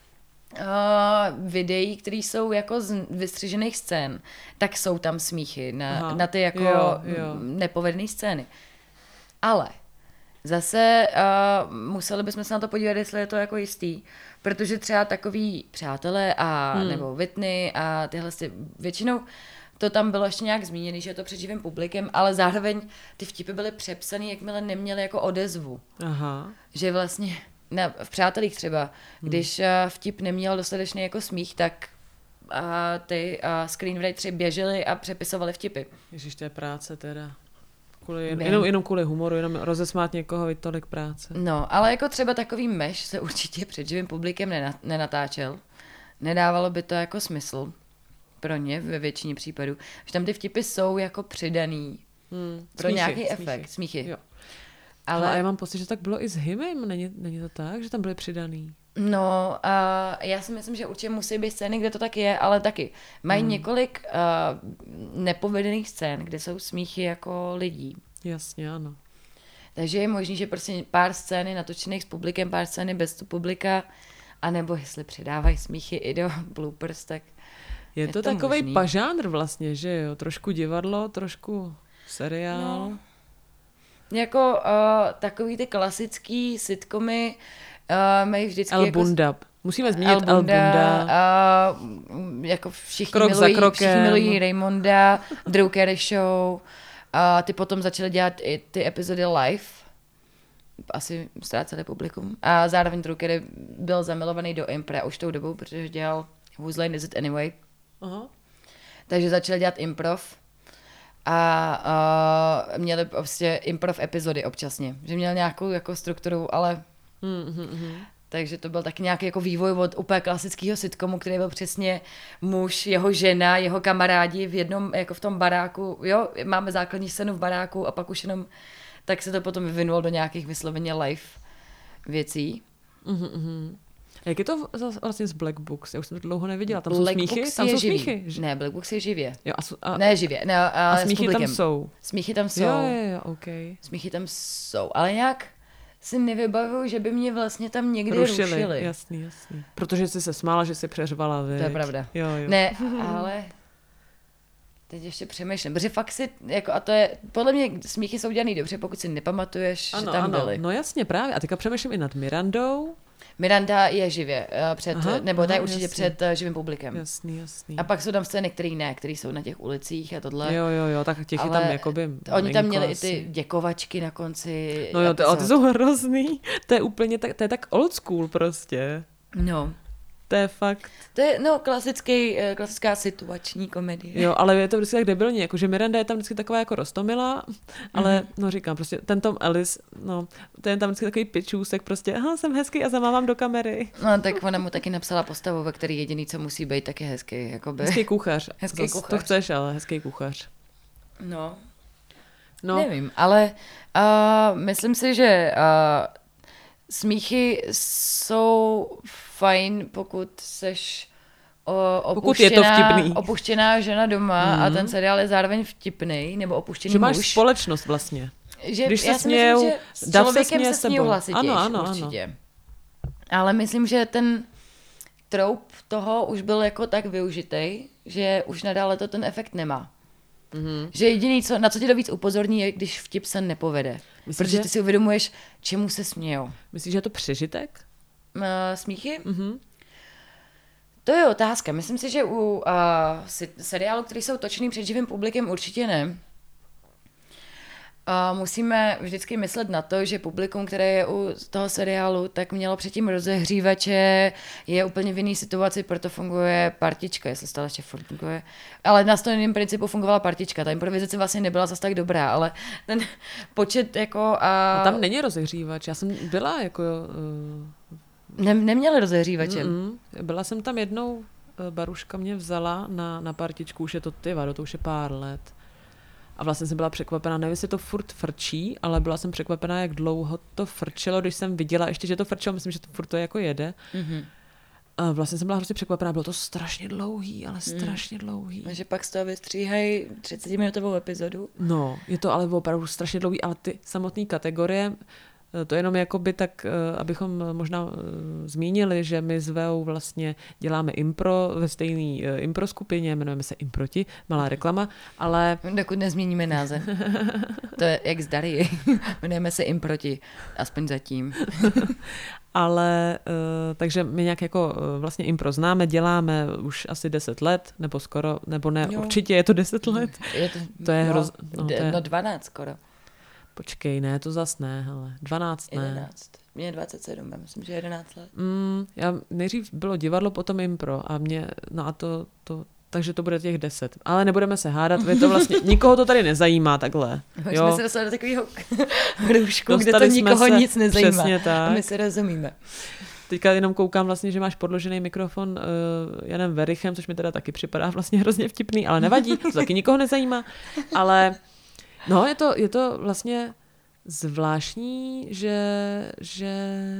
uh, videí, které jsou jako z vystřižených scén, tak jsou tam smíchy na, Aha, na ty jako jo, jo. nepovedené scény. Ale zase uh, museli bychom se na to podívat, jestli je to jako jistý, protože třeba takový přátelé a Hmm. nebo Whitney a tyhle si, většinou to tam bylo ještě nějak zmíněné, že je to před živým publikem, ale zároveň ty vtipy byly přepsané, jakmile neměly jako odezvu. Aha. Že vlastně na, v Přátelích třeba, když hmm. vtip neměl dostatečný jako smích, tak a ty a screenwriteri běželi a přepisovali vtipy. Ježiš, to je práce teda. Kvůli, Vím. jenom, jenom kvůli humoru, jenom rozesmát někoho, je tolik práce. No, ale jako třeba takový meš se určitě před živým publikem nena- nenatáčel. Nedávalo by to jako smysl pro ně ve většině případů. Že tam ty vtipy jsou jako přidaný Hmm. pro Smíchy, nějaký smíchy. efekt, smíchy. Jo. Ale, Ale... ale já mám pocit, že tak bylo i s Hymem, není, není to tak, že tam byly přidaný? No, a já si myslím, že určitě musí být scény, kde to tak je, ale taky mají hmm. několik uh, nepovedených scén, kde jsou smíchy jako lidí. Jasně, ano. Takže je možný, že prostě pár scén je natočených s publikem, pár scén je bez tu publika, anebo jestli přidávají smíchy i do bloopers, tak Je, je to, to takovej možný. pažánr vlastně, že jo? Trošku divadlo, trošku seriál. No. Jako uh, takový ty klasický sitcomy uh, mají vždycky El jako... Bunda. Musíme zmínit El El Bunda, Bunda. a jako všichni Krok za milují, krokem. všichni milují Raymonda, Drew Carey Show, a ty potom začali dělat i ty epizody live, asi ztráceli publikum, a zároveň Drew Carey byl zamilovaný do impra už tou dobou, protože dělal Whose Line Is It Anyway, Aha. takže začali dělat improv a uh, měli prostě improv epizody občasně, že měl nějakou jako strukturu, ale Hmm, hmm, hmm. takže to byl taky nějaký jako vývoj od úplně klasického sitcomu, který byl přesně muž, jeho žena, jeho kamarádi v jednom, jako v tom baráku, jo, máme základní scénu v baráku a pak už jenom, tak se to potom vyvinulo do nějakých vysloveně live věcí. Mhm, mhm. Jak je to zas- vlastně z Black Books? Já už jsem to dlouho neviděla. Tam jsou Black smíchy? Books Tam je jsou živý. smíchy? Ž- Ne, Black Books je živě. Jo, a, su- a, Ne živě, ne, a ale s smíchy tam publikem. jsou. Smíchy tam jsou. Jo, jo, jo, OK. Smíchy tam jsou, ale nějak si nevybavuju, že by mě vlastně tam někdy Rušili. rušili. Jasný, jasný. Protože jsi se smála, že jsi přeřvala, viď? To je pravda. Jo, jo. Ne, ale teď ještě přemýšlím, protože fakt si, jako, a to je, podle mě smíchy jsou dělaný dobře, pokud si nepamatuješ, Ano, že tam ano. byly. No jasně, právě. A teďka přemýšlím i nad Mirandou. Miranda je živě, eh, před, Aha, nebo ta aha, je určitě jasně. před eh, živým publikem. Jasný, jasný. A pak jsou tam scény, které ne, které jsou na těch ulicích a tohle. Jo, jo, jo, tak těch je ale tam jakoby Oni tam malinko měli i asi. ty děkovačky na konci. No jo, to, ale ty epizod. jsou hrozný. To je úplně tak, to je tak old school prostě. No, To je fakt. to je, no, klasický, eh, klasická situační komedie. Jo, ale je to vždycky tak debilní, jakože Miranda je tam vždycky taková jako roztomilá, ale mm-hmm. no říkám, prostě ten Tom Ellis, no, to je tam vždycky takový pičůsek, prostě, aha, jsem hezký a zamávám do kamery. No, tak ona mu taky napsala postavu, ve který jediný, co musí být, tak je hezký. Jakoby. Hezký kuchař. Hezký Zas kuchař. To chceš, ale hezký kuchař. No, No, nevím, ale uh, myslím si, že uh, smíchy jsou fajn, pokud seš o, Pokud je to opuštěná, vtipný. opuštěná žena doma mm. a ten seriál je zároveň vtipný, nebo opuštěný že máš muž. společnost vlastně. Že, Když se já si smějou, myslím, že s dav se člověkem směje se s smějou tebou. hlasitějš, Ano, ano, ano. určitě. Ale myslím, že ten troup toho už byl jako tak využitej, že už nadále to ten efekt nemá. Mm-hmm. Že jediný, co, na co tě to víc upozorní, je, když vtip se nepovede. Myslíš, Protože že- ty si uvědomuješ, čemu se smějou. Myslíš, že je to přežitek? Uh, smíchy? Mhm. To je otázka. Myslím si, že u uh, si, seriálů, které jsou točený před živým publikem, určitě ne. A musíme vždycky myslet na to, že publikum, které je u toho seriálu, tak mělo předtím rozehřívače, je úplně v jiné situaci, proto funguje partička, jestli stále ještě funguje. Ale na stejném principu fungovala partička. Ta improvizace vlastně nebyla zas tak dobrá, ale ten počet jako... A... No, tam není rozehřívač. Já jsem byla jako... Uh... Ne, neměli rozehřívače. Mm-mm. Byla jsem tam jednou, Baruška mě vzala na, na partičku, už je to ty vado, to už je pár let. A vlastně jsem byla překvapená, nevím, jestli to furt frčí, ale byla jsem překvapená, jak dlouho to frčelo, když jsem viděla ještě, že to frčelo, myslím, že to furt to jako jede. Mm-hmm. A vlastně jsem byla hrozně překvapená, bylo to strašně dlouhý, ale strašně dlouhý. Mm. Že pak z toho vystříhají třicetiminutovou epizodu. No, je to ale opravdu strašně dlouhý, ale ty samotné kategorie, to jenom jakoby tak, abychom možná zmínili, že my s Veou vlastně děláme impro ve stejné impro skupině, jmenujeme se Improti, malá reklama, ale... Dokud nezměníme název. To je jak z Darii. Jmenujeme se Improti, aspoň zatím. Ale, takže my nějak jako vlastně impro známe, děláme už asi deset let, nebo skoro, nebo ne, jo. Určitě je to deset let. Je to, to je no, hroz... No, to je... no dvanáct skoro. Počkej, ne, to zas ne, hele, dvanáct ne. jedenáct. Mně je dvacet sedm, já myslím, že jedenáct let. Mm, já nejdřív bylo divadlo, potom impro a mě, no a to, to, takže to bude těch deset. Ale nebudeme se hádat, je to vlastně, nikoho to tady nezajímá takhle. Už jsme se dostali do takového hrušku, kde to nikoho se, nic nezajímá. Přesně tak. A my se rozumíme. Teďka jenom koukám vlastně, že máš podložený mikrofon uh, Janem Verichem, což mi teda taky připadá vlastně hrozně vtipný, ale nevadí, to taky nikoho nezajímá. Ale no, je to, je to vlastně zvláštní, že, že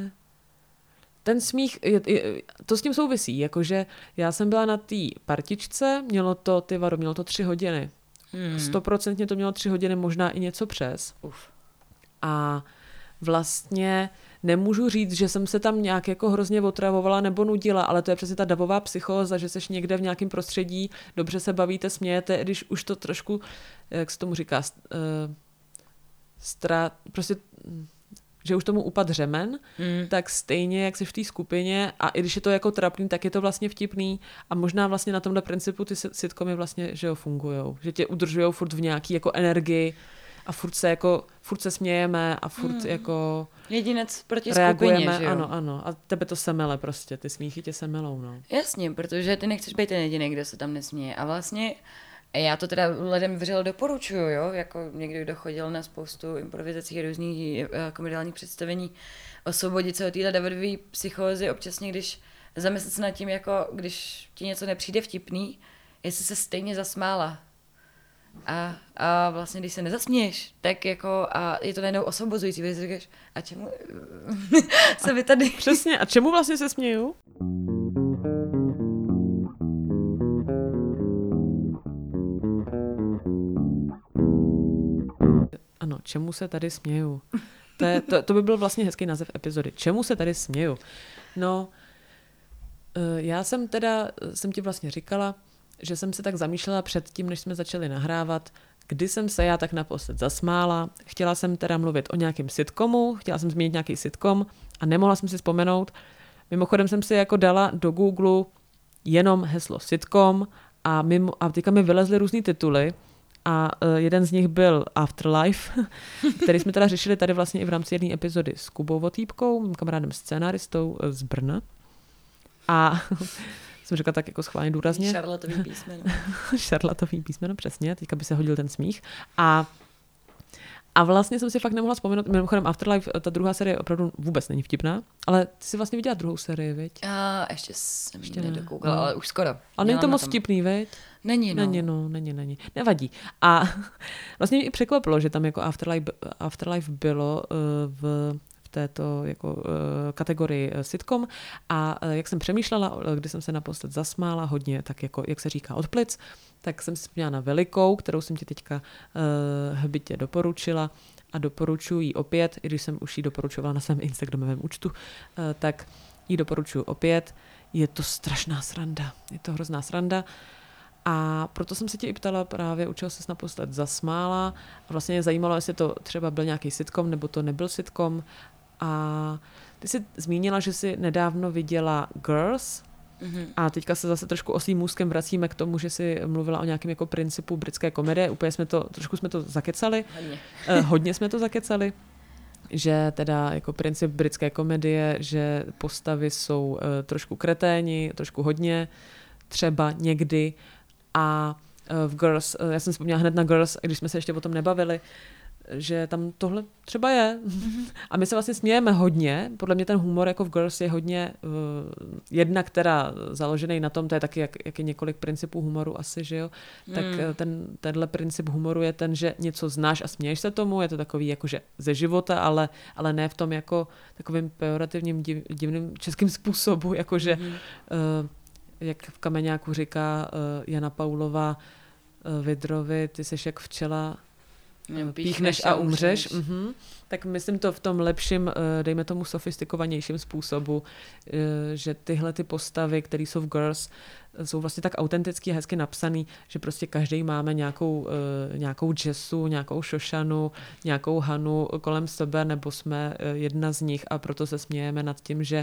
ten smích, je, je, to s tím souvisí, jakože já jsem byla na té partičce, mělo to, ty vado, mělo to tři hodiny. Stoprocentně hmm. to mělo tři hodiny, možná i něco přes. Uf. A vlastně nemůžu říct, že jsem se tam nějak jako hrozně otravovala nebo nudila, ale to je přesně ta davová psychóza, že seš někde v nějakém prostředí, dobře se bavíte, smějete, když už to trošku, jak se tomu říká, uh, strát, prostě, že už tomu upad řemen, mm. tak stejně, jak jsi v té skupině a i když je to jako trapný, tak je to vlastně vtipný a možná vlastně na tomhle principu ty sitcomy vlastně, že jo, fungujou, že tě udržujou furt v nějaký jako energii a furt se jako, furt se smějeme a furt mm. jako jedinec proti reagujeme, skupině, že jo? Ano, ano. A tebe to semele prostě, ty smíchy tě semelou, no. Jasně, protože ty nechceš být ten jediný, kdo se tam nesměje. A vlastně já to teda lidem vřele doporučuju, jo, jako někdo, kdo chodil na spoustu improvizací a různých komediálních představení, osvobodit se od téhle davodové psychózy, občas když zamyslet se nad tím, jako když ti něco nepřijde vtipný, jestli se stejně zasmála. A, a vlastně, když se nezasměješ, tak jako a je to najednou osvobozující, protože si říkáš, a čemu se vy tady... Přesně, a čemu vlastně se směju? Ano, čemu se tady směju? To, je, to, to by byl vlastně hezký název epizody. Čemu se tady směju? No, já jsem teda, jsem ti vlastně říkala, že jsem se tak zamýšlela před tím, než jsme začali nahrávat, kdy jsem se já tak naposled zasmála. Chtěla jsem teda mluvit o nějakém sitcomu, chtěla jsem zmínit nějaký sitcom a nemohla jsem si vzpomenout. Mimochodem jsem si jako dala do Google jenom heslo sitcom a, mimo, a teďka mi vylezly různý tituly a uh, jeden z nich byl Afterlife, který jsme teda řešili tady vlastně i v rámci jedné epizody s Kubou Votýpkou, mým kamarádem scénaristou z Brna. A jsem řekla tak jako schválně důrazně. Šarlatový písmeno. Šarlatový písmeno, přesně. Teďka by se hodil ten smích. A, a vlastně jsem si fakt nemohla vzpomenout. Mimochodem Afterlife, ta druhá série opravdu vůbec není vtipná, ale ty si vlastně viděla druhou sérii, viď? A ještě jsem ještě ne, nedokoukala, no. ale už skoro. Ale není to moc vtipný, viď? Není, no. Není, no, není, není. Nevadí. A vlastně mě i překvapilo, že tam jako Afterlife, Afterlife bylo uh, v v této jako, uh, kategorii uh, sitcom a uh, jak jsem přemýšlela, uh, když jsem se naposled zasmála hodně, tak jako, jak se říká, od plic, tak jsem si vzpomněla na Velikou, kterou jsem ti teďka uh, hbitě doporučila a doporučuji ji opět, i když jsem už ji doporučovala na svém instagramovém účtu, uh, tak ji doporučuji opět. Je to strašná sranda. Je to hrozná sranda. A proto jsem se tě i ptala právě, u čeho ses naposled zasmála. A vlastně mě zajímalo, jestli to třeba byl nějaký sitcom, nebo to nebyl sitcom. A ty jsi zmínila, že jsi nedávno viděla Girls. Mm-hmm. A teďka se zase trošku osím můstkem vracíme k tomu, že si mluvila o nějakém jako principu britské komedie. Úplně jsme to, trošku jsme to zakecali. Hodně. Eh, hodně jsme to zakecali. Že teda jako princip britské komedie, že postavy jsou eh, trošku kreténi, trošku hodně, třeba někdy. A eh, v Girls, eh, já jsem vzpomněla hned na Girls, když jsme se ještě o tom nebavili, že tam tohle třeba je. Mm-hmm. A my se vlastně smějeme hodně. Podle mě ten humor jako v Girls je hodně uh, jedna, která založený na tom, to je taky jak, jak je několik principů humoru asi, že jo. Mm. Tak uh, ten, tenhle princip humoru je ten, že něco znáš a směješ se tomu, je to takový jakože ze života, ale, ale ne v tom jako takovým pejorativním div, divným českým způsobu, jakože mm. uh, jak v Kameňáku říká uh, Jana Paulová uh, Vidrovi, ty seš jak včela, Píchneš, píchneš a umřeš. Mm-hmm. Tak myslím to v tom lepším, dejme tomu sofistikovanějším způsobu, že tyhle ty postavy, které jsou v Girls, jsou vlastně tak autentický a hezky napsaný, že prostě každý máme nějakou, nějakou Jessu, nějakou Šošanu, nějakou Hanu kolem sebe, nebo jsme jedna z nich a proto se smějeme nad tím, že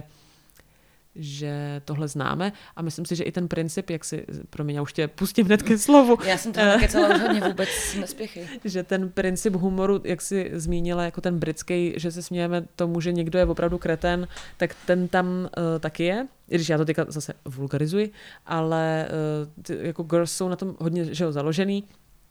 že tohle známe a myslím si, že i ten princip, jak si, promiň, já už tě pustím hned ke slovu. Já jsem to nakecala už hodně, vůbec nespěchy. Že ten princip humoru, jak si zmínila, jako ten britský, že se smějeme tomu, že někdo je opravdu kretén, tak ten tam uh, taky je, i když já to teďka zase vulgarizuji, ale uh, ty, jako Girls jsou na tom hodně, že jo, založený.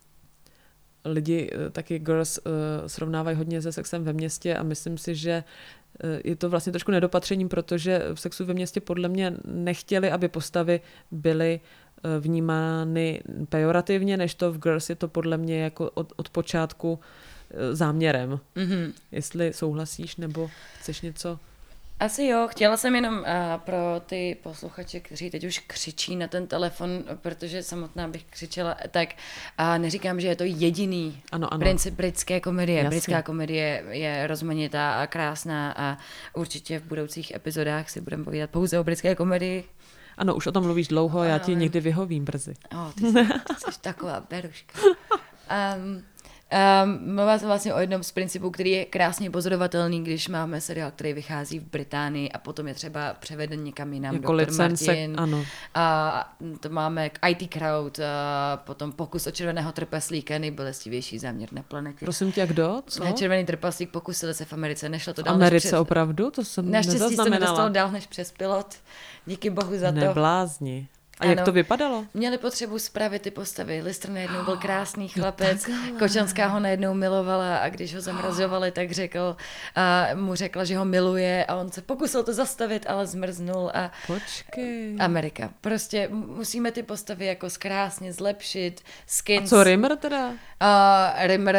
Lidi uh, taky Girls uh, srovnávají hodně se Sexem ve městě a myslím si, že je to vlastně trošku nedopatřením, protože v Sexu ve městě podle mě nechtěli, aby postavy byly vnímány pejorativně, než to v Girls je to podle mě jako od, od počátku záměrem. Mm-hmm. Jestli souhlasíš, nebo chceš něco... Asi jo, chtěla jsem jenom uh, pro ty posluchače, kteří teď už křičí na ten telefon, protože samotná bych křičela, tak uh, neříkám, že je to jediný ano, ano. princip britské komedie. Jasně. Britská komedie je rozmanitá a krásná a určitě v budoucích epizodách si budeme povídat pouze o britské komedii. Ano, už o tom mluvíš dlouho, ano, já ti někdy vyhovím brzy. Oh, ty, jsi, ty jsi taková beruška. Um, Um, mluvila jsem vlastně o jednom z principů, který je krásně pozorovatelný, když máme seriál, který vychází v Británii a potom je třeba převeden někam jinam. Jako doktor licence, Martin, ano. A to máme í té Crowd, a potom Pokus o červeného trpaslíka, nejbolestivější záměr na planetě. Prosím tě, kdo? Co? Červený trpaslík, pokusili se v Americe, nešlo to v dál Americe než přes... opravdu? To jsem Naštěstí nezaznamenala. se nedostalo dál než přes pilot. Díky bohu za to. Neblázni. A ano. jak to vypadalo? Měli potřebu spravit ty postavy. Listr najednou byl krásný chlapec, Kočanská ho najednou milovala a když ho zamrazovali, tak řekl, a mu řekla, že ho miluje a on se pokusil to zastavit, ale zmrznul a Počkej. Amerika. Prostě musíme ty postavy jako zkrásně zlepšit. Skins. A co Rimmer teda? Uh, Rimmer,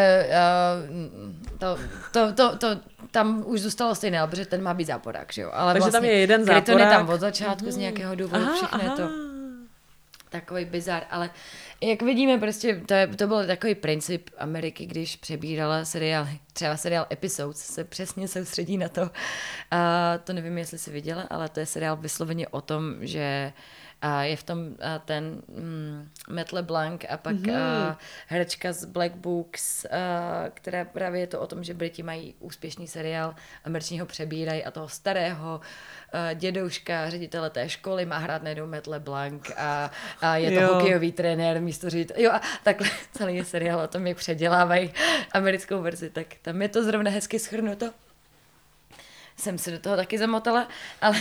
uh, to, to, to, to, tam už zůstalo stejné, protože ten má být záporák, že jo? Ale takže vlastně tam je jeden záporák. Kryton je tam od začátku mm. z nějakého důvodu, aha, všechno aha. je to takový bizar, ale jak vidíme, prostě to, je, to byl takový princip Ameriky, když přebírala seriál, třeba seriál Episodes, se přesně soustředí na to. A to nevím, jestli jsi viděla, ale to je seriál vysloveně o tom, že a je v tom a ten mm, Matt LeBlanc a pak mm-hmm. a herečka z Black Books, a, která právě je to o tom, že Briti mají úspěšný seriál, Američané ho přebírají a toho starého a, dědouška, ředitele té školy má hrát najednou Matt LeBlanc a, a je to jo. hokejový trenér místo ředitel. Jo a takhle celý je seriál o tom, jak předělávají americkou verzi, tak tam je to zrovna hezky shrnuto. Jsem se do toho taky zamotala, ale...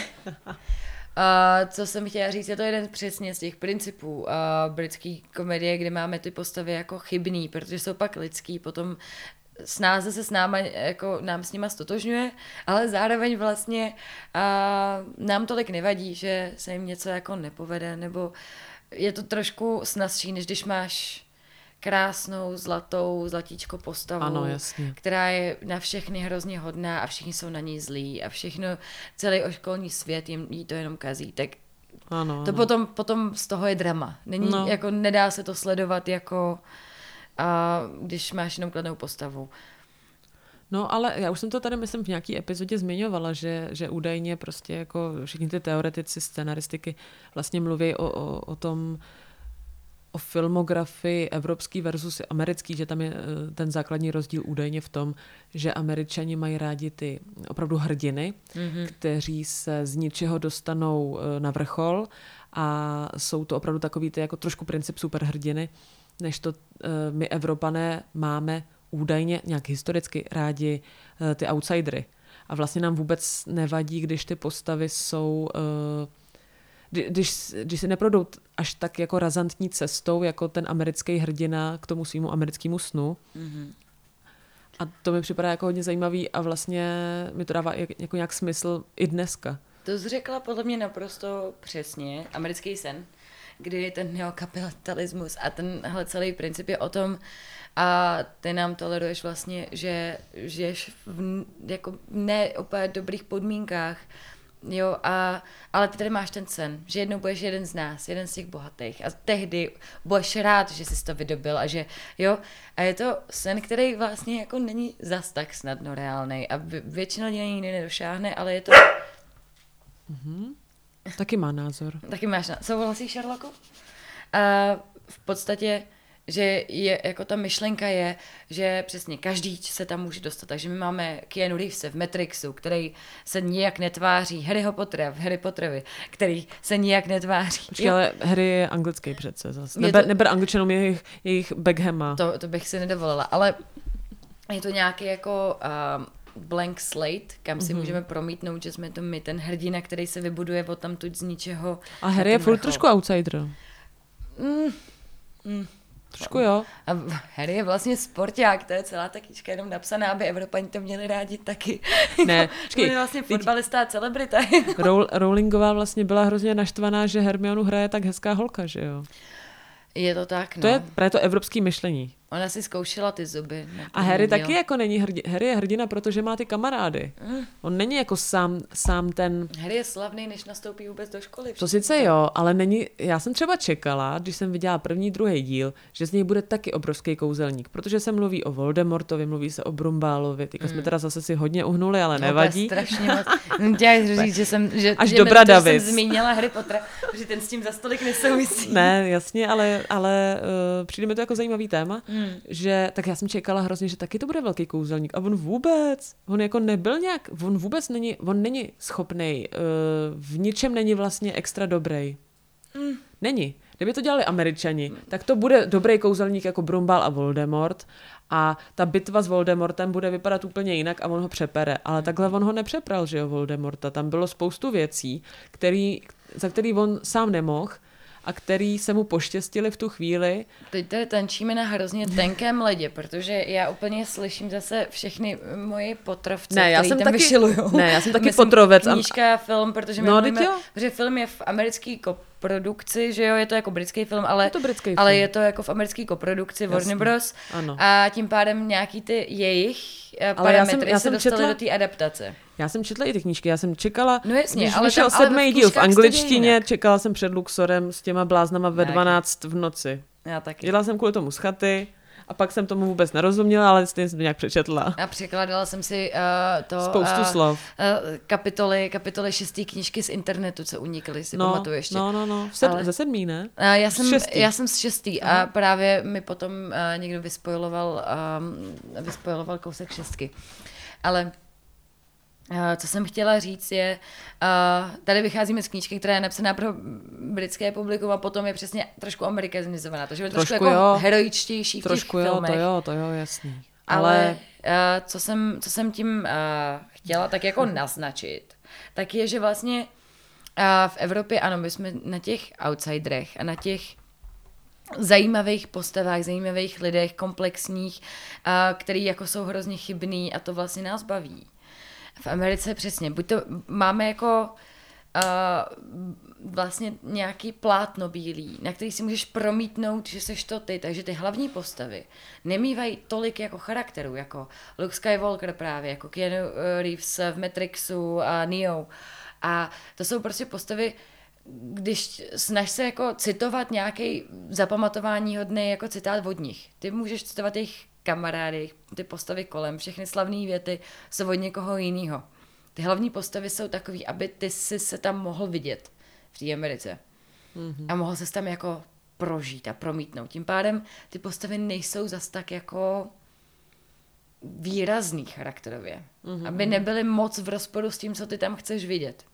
Uh, co jsem chtěla říct, je to jeden přesně z těch principů uh, britské komedie, kde máme ty postavy jako chybný, protože jsou pak lidský, potom snáze se s náma, jako nám s nima stotožňuje, ale zároveň vlastně uh, nám tolik nevadí, že se jim něco jako nepovede, nebo je to trošku snazší, než když máš krásnou, zlatou, zlatíčko postavu, ano, jasně. která je na všechny hrozně hodná a všichni jsou na ní zlí a všechno, celý oškolní svět jim jí to jenom kazí, tak ano, ano. to potom, potom z toho je drama. Není, no. jako, nedá se to sledovat jako a, když máš jenom kladnou postavu. No ale já už jsem to tady, myslím, v nějaký epizodě zmiňovala, že, že údajně prostě jako všichni ty teoretici scenaristiky vlastně mluví o, o, o tom, o filmografii evropský versus americký, že tam je ten základní rozdíl údajně v tom, že Američani mají rádi ty opravdu hrdiny, mm-hmm. kteří se z ničeho dostanou na vrchol a jsou to opravdu takový ty jako trošku princip superhrdiny, než to my Evropané máme údajně nějak historicky rádi ty outsidery. A vlastně nám vůbec nevadí, když ty postavy jsou... Když, když si neprojdou až tak jako razantní cestou, jako ten americký hrdina k tomu svýmu americkému snu. Mm-hmm. A to mi připadá jako hodně zajímavý a vlastně mi to dává jako nějak smysl i dneska. To jsi řekla podle mě naprosto přesně. Americký sen, kdy ten neokapitalismus a tenhle celý princip je o tom, a ty nám toleruješ vlastně, že žiješ v jako ne úplně dobrých podmínkách, jo, a, ale ty tady máš ten sen, že jednou budeš jeden z nás, jeden z těch bohatých a tehdy budeš rád, že jsi to vydobil a že, jo, a je to sen, který vlastně jako není zas tak snadno reálnej a většina lidí nikdy nedošáhne, ale je to... Mm-hmm. Taky má názor. Taky máš názor. Souhlasíš, Sherlocku? A v podstatě že je, jako ta myšlenka je, že přesně každý se tam může dostat. Takže my máme Keanu Reevese v Matrixu, který se nijak netváří, Harryho Pottera v Harry Potterovi, který se nijak netváří. Počkej, ale Harry je anglický přece zase. Neber, to, neber Angličanům jejich, jejich Beckhama. To, to bych si nedovolila, ale je to nějaký jako um, blank slate, kam si mm-hmm. můžeme promítnout, že jsme to my, ten hrdina, který se vybuduje od tamtud z ničeho. A Harry je furt trošku outsider. Mm, mm. Trošku jo. A Harry je vlastně sporták, to je celá ta knížka jenom napsaná, aby Evropani to měli rádi taky. Ne, počkej. Je vlastně fotbalista a celebrita. Rowlingová vlastně byla hrozně naštvaná, že Hermionu hraje tak hezká holka, že jo? Je to tak, no. To je právě to evropský myšlení. Ona si zkoušela ty zuby. A Harry taky jo. Jako není hrdina. Harry je hrdina, protože má ty kamarády. Mm. On není jako sám, sám ten... Harry je slavný, než nastoupí vůbec do školy. To sice to... jo, ale není... Já jsem třeba čekala, když jsem viděla první, druhý díl, že z něj bude taky obrovský kouzelník, protože se mluví o Voldemortovi, mluví se o Brumbálovi. Teďka mm. jsme teda zase si hodně uhnuli, ale no, nevadí. To je strašně moc. Chtěla říct, že jsem... Že, Až že dobrá David. Jsem zmínila Harry Pottera, protože ten s tím za stolik nesouvisí. Ne, jasně, ale, ale uh, přijde mi to jako zajímavý téma, mm. že tak já jsem čekala hrozně, že taky to bude velký kouzelník. A on vůbec, on jako nebyl nějak, on vůbec není, on není schopnej, uh, v ničem není vlastně extra dobrý. Mm. Není. Kdyby to dělali Američani, mm. tak to bude dobrý kouzelník jako Brumbál a Voldemort a ta bitva s Voldemortem bude vypadat úplně jinak a on ho přepere. Ale mm. takhle on ho nepřepral, že jo, Voldemorta. Tam bylo spoustu věcí, který, za který on sám nemohl, a který se mu poštěstili v tu chvíli. Teď tady tančíme na hrozně tenkém ledě, protože já úplně slyším zase všechny moje potrovce, ne, já který jsem tam taky, vyšilujou. Ne, já jsem taky Myslím, potrovec. Knížka, film, protože my no, mluvíme, že film je v americký koprodukci, že jo, je to jako britský film, ale, je to, britský ale film. je to jako v americký koprodukci Warner Bros. Ano. A tím pádem nějaký ty jejich ale parametry já jsem, já se dostaly četla... do té adaptace. Já jsem četla i ty knížky, já jsem čekala, no jasně, když ale vyšel tam, sedmý ale díl v angličtině, čekala jsem před Luxorem s těma bláznama ve dvanáct v noci. Já taky. Jela jsem kvůli tomu z chaty a pak jsem tomu vůbec nerozuměla, ale stejně jsem to nějak přečetla. A překladala jsem si uh, to... Spoustu uh, slov. Uh, kapitoly, kapitoly šestý knížky z internetu, co unikly, si no, pamatuju ještě. No, no, no. Sed, ale... Ze sedmý, ne? Uh, já, jsem, já jsem z šestý Aha. a právě mi potom uh, někdo vyspojiloval, um, vyspojiloval kousek šestky. Ale... Uh, co jsem chtěla říct je, uh, tady vycházíme z knížky, která je napsaná pro britské publikum a potom je přesně trošku amerikanizovaná, takže je trošku, trošku jako heroičtější v trošku těch jo, filmech. To jo, to jo, jasný. Ale, Ale uh, co, jsem, co jsem tím uh, chtěla tak jako naznačit, tak je, že vlastně uh, v Evropě, ano, my jsme na těch outsiderech a na těch zajímavých postavách, zajímavých lidech, komplexních, uh, který jako jsou hrozně chybný a to vlastně nás baví. V Americe přesně, buď to máme jako uh, vlastně nějaký plátno bílý, na který si můžeš promítnout, že seš to ty, takže ty hlavní postavy nemývají tolik jako charakterů, jako Luke Skywalker právě, jako Keanu Reeves v Matrixu a Neo. A to jsou prostě postavy, když snaž se jako citovat nějaký zapamatování hodný jako citát od nich. Ty můžeš citovat jejich kamarády, ty postavy kolem, všechny slavné věty jsou od někoho jiného. Ty hlavní postavy jsou takový, aby ty si se tam mohl vidět v té Americe. Mm-hmm. A mohl ses tam jako prožít a promítnout. Tím pádem ty postavy nejsou zas tak jako výrazný charakterově. Mm-hmm. Aby nebyly moc v rozporu s tím, co ty tam chceš vidět.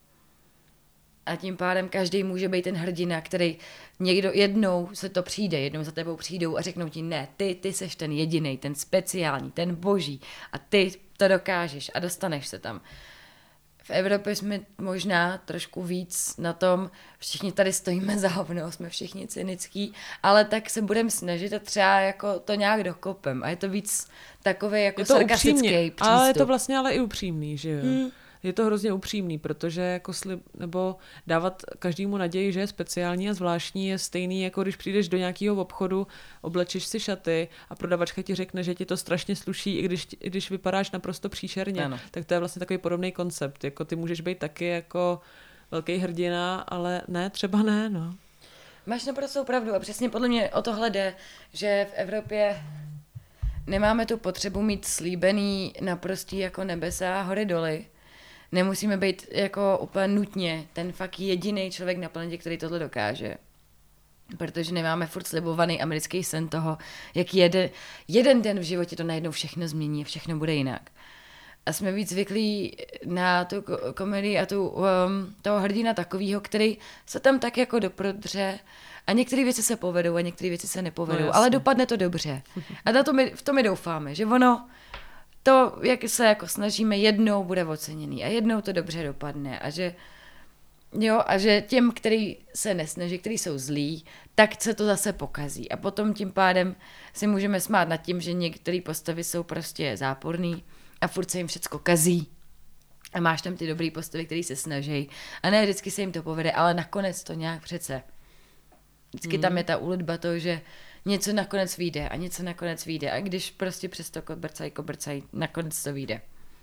A tím pádem každý může být ten hrdina, který někdo jednou se to přijde, jednou za tebou přijdou a řeknou ti ne, ty, ty seš ten jedinej, ten speciální, ten boží a ty to dokážeš a dostaneš se tam. V Evropě jsme možná trošku víc na tom, všichni tady stojíme za hovno, jsme všichni cynický, ale tak se budeme snažit a třeba jako to nějak dokopem. A je to víc takový jako sarkastický přístup. Ale je to vlastně ale i upřímný, že jo? Hmm. Je to hrozně upřímný, protože jako slib, nebo dávat každému naději, že je speciální a zvláštní, je stejný, jako když přijdeš do nějakého obchodu, oblečeš si šaty a prodavačka ti řekne, že ti to strašně sluší, i když, i když vypadáš naprosto příšerně. Ano. Tak to je vlastně takový podobný koncept. Jako ty můžeš být taky jako velký hrdina, ale ne, třeba ne, no. Máš naprosto pravdu a přesně podle mě o tohle jde, že v Evropě nemáme tu potřebu mít slíbený naprostý jako nebesa hory doly. Nemusíme být jako úplně nutně ten fakt jediný člověk na planetě, který tohle dokáže. Protože nemáme furt slibovaný americký sen toho, jak jeden, jeden den v životě to najednou všechno změní a všechno bude jinak. A jsme víc zvyklí na tu komedii a tu, um, toho hrdina takovýho, který se tam tak jako doprodře a některé věci se povedou a některé věci se nepovedou, no, ale dopadne to dobře. A na to my, v tom my doufáme, že ono to, jak se jako snažíme, jednou bude oceněný a jednou to dobře dopadne a že, jo, a že těm, který se nesnaží, který jsou zlí, tak se to zase pokazí. A potom tím pádem si můžeme smát nad tím, že některé postavy jsou prostě záporný a furt se jim všecko kazí. A máš tam ty dobrý postavy, který se snaží. A ne vždycky se jim to povede, ale nakonec to nějak přece. Vždycky hmm. tam je ta úlitba toho, že něco nakonec vyjde a něco nakonec vyjde. A když prostě přes to kobrcají, kobrcají, nakonec to vyjde.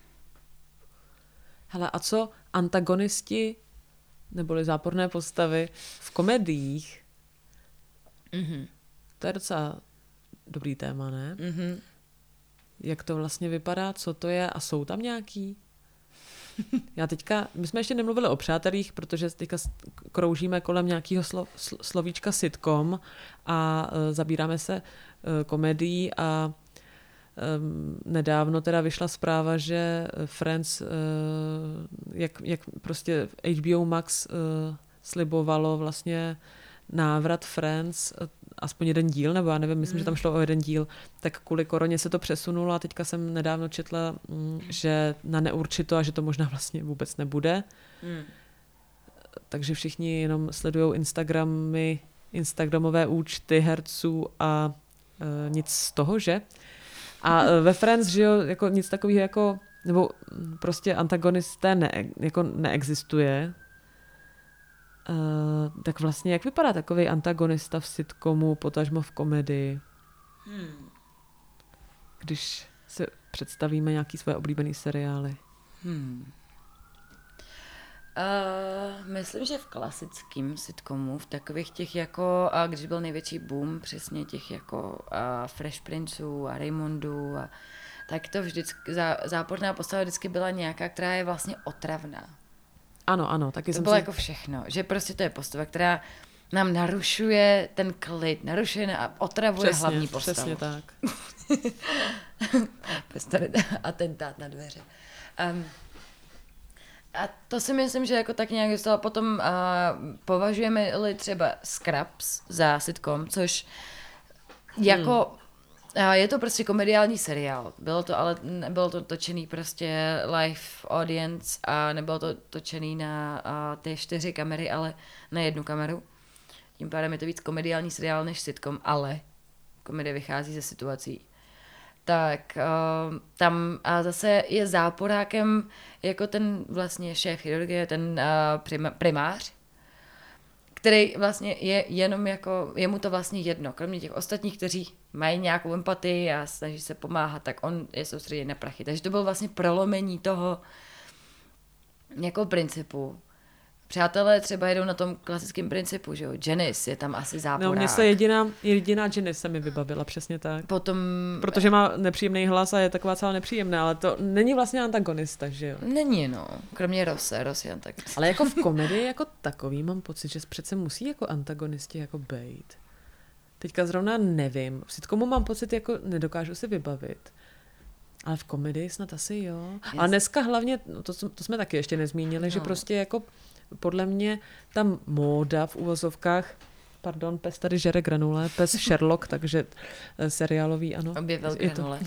Hele, a co antagonisti neboli záporné postavy v komediích? Mm-hmm. To je docela dobrý téma, ne? Mm-hmm. Jak to vlastně vypadá, co to je a jsou tam nějaký? Já teďka, my jsme ještě nemluvili o přátelích, protože teďka kroužíme kolem nějakého slo, sl, slovíčka sitcom a uh, zabíráme se uh, komedií a um, nedávno teda vyšla zpráva, že Friends, uh, jak, jak prostě H B O Max uh, slibovalo vlastně návrat Friends, aspoň jeden díl, nebo já nevím, myslím, mm. že tam šlo o jeden díl, tak kvůli koroně se to přesunulo a teďka jsem nedávno četla, že na neurčito a že to možná vlastně vůbec nebude. Mm. Takže všichni jenom sledujou Instagramy, Instagramové účty herců a e, nic z toho, že? A e, ve Friends, že jo, jako nic takového jako, nebo prostě antagonisté ne, jako neexistuje. Uh, tak vlastně jak vypadá takový antagonista v sitcomu, potažmo v komedii? Hmm. Když se představíme nějaký své oblíbený seriály. Hmm. Uh, myslím, že v klasickém sitcomu, v takových těch jako, a když byl největší boom, přesně těch jako uh, Fresh Princeů a Raymondů, a, tak to vždycky, zá, záporná postava vždycky byla nějaká, která je vlastně otravná. Ano, ano. Taky to jsem bylo si... jako všechno, že prostě to je postava, která nám narušuje ten klid, narušuje a otravuje přesně, hlavní postavu. Přesně tak. Atentát na dveře. Um, a to si myslím, že jako tak nějak dostalo. Potom uh, považujeme-li třeba Scrubs za sitcom, což jako... Hmm. Je to prostě komediální seriál. Bylo to ale nebylo to točený prostě live audience a nebylo to točený na a, ty čtyři kamery, ale na jednu kameru. Tím pádem je to víc komediální seriál než sitcom, ale komedie vychází ze situací. Tak uh, tam a zase je záporákem jako ten vlastně šéf chirurgie, ten uh, prim, primář, který vlastně je jenom jako, je mu to vlastně jedno, kromě těch ostatních, kteří mají nějakou empatii a snaží se pomáhat, tak on je soustředěný na prachy. Takže to bylo vlastně prolomení toho jako principu. Přátelé třeba jedou na tom klasickém principu, že jo, Janice je tam asi záporák. No, mně se jediná, jediná Janice se mi vybavila, přesně tak. Potom... Protože má nepříjemný hlas a je taková celá nepříjemná, ale to není vlastně antagonista, že jo? Není, no. Kromě Rose, Rose je antagonista. Ale jako v komedii jako takový mám pocit, že přece musí jako antagonisti jako bejt. Teďka zrovna nevím. V sitcomu mám pocit, jako nedokážu si vybavit. Ale v komedii snad asi jo. Yes. A dneska hlavně, no to, to jsme taky ještě nezmínili, no. že prostě jako podle mě tam móda v uvozovkách, pardon, pes tady žere granule, pes Sherlock, takže seriálový, ano. Objevil granule.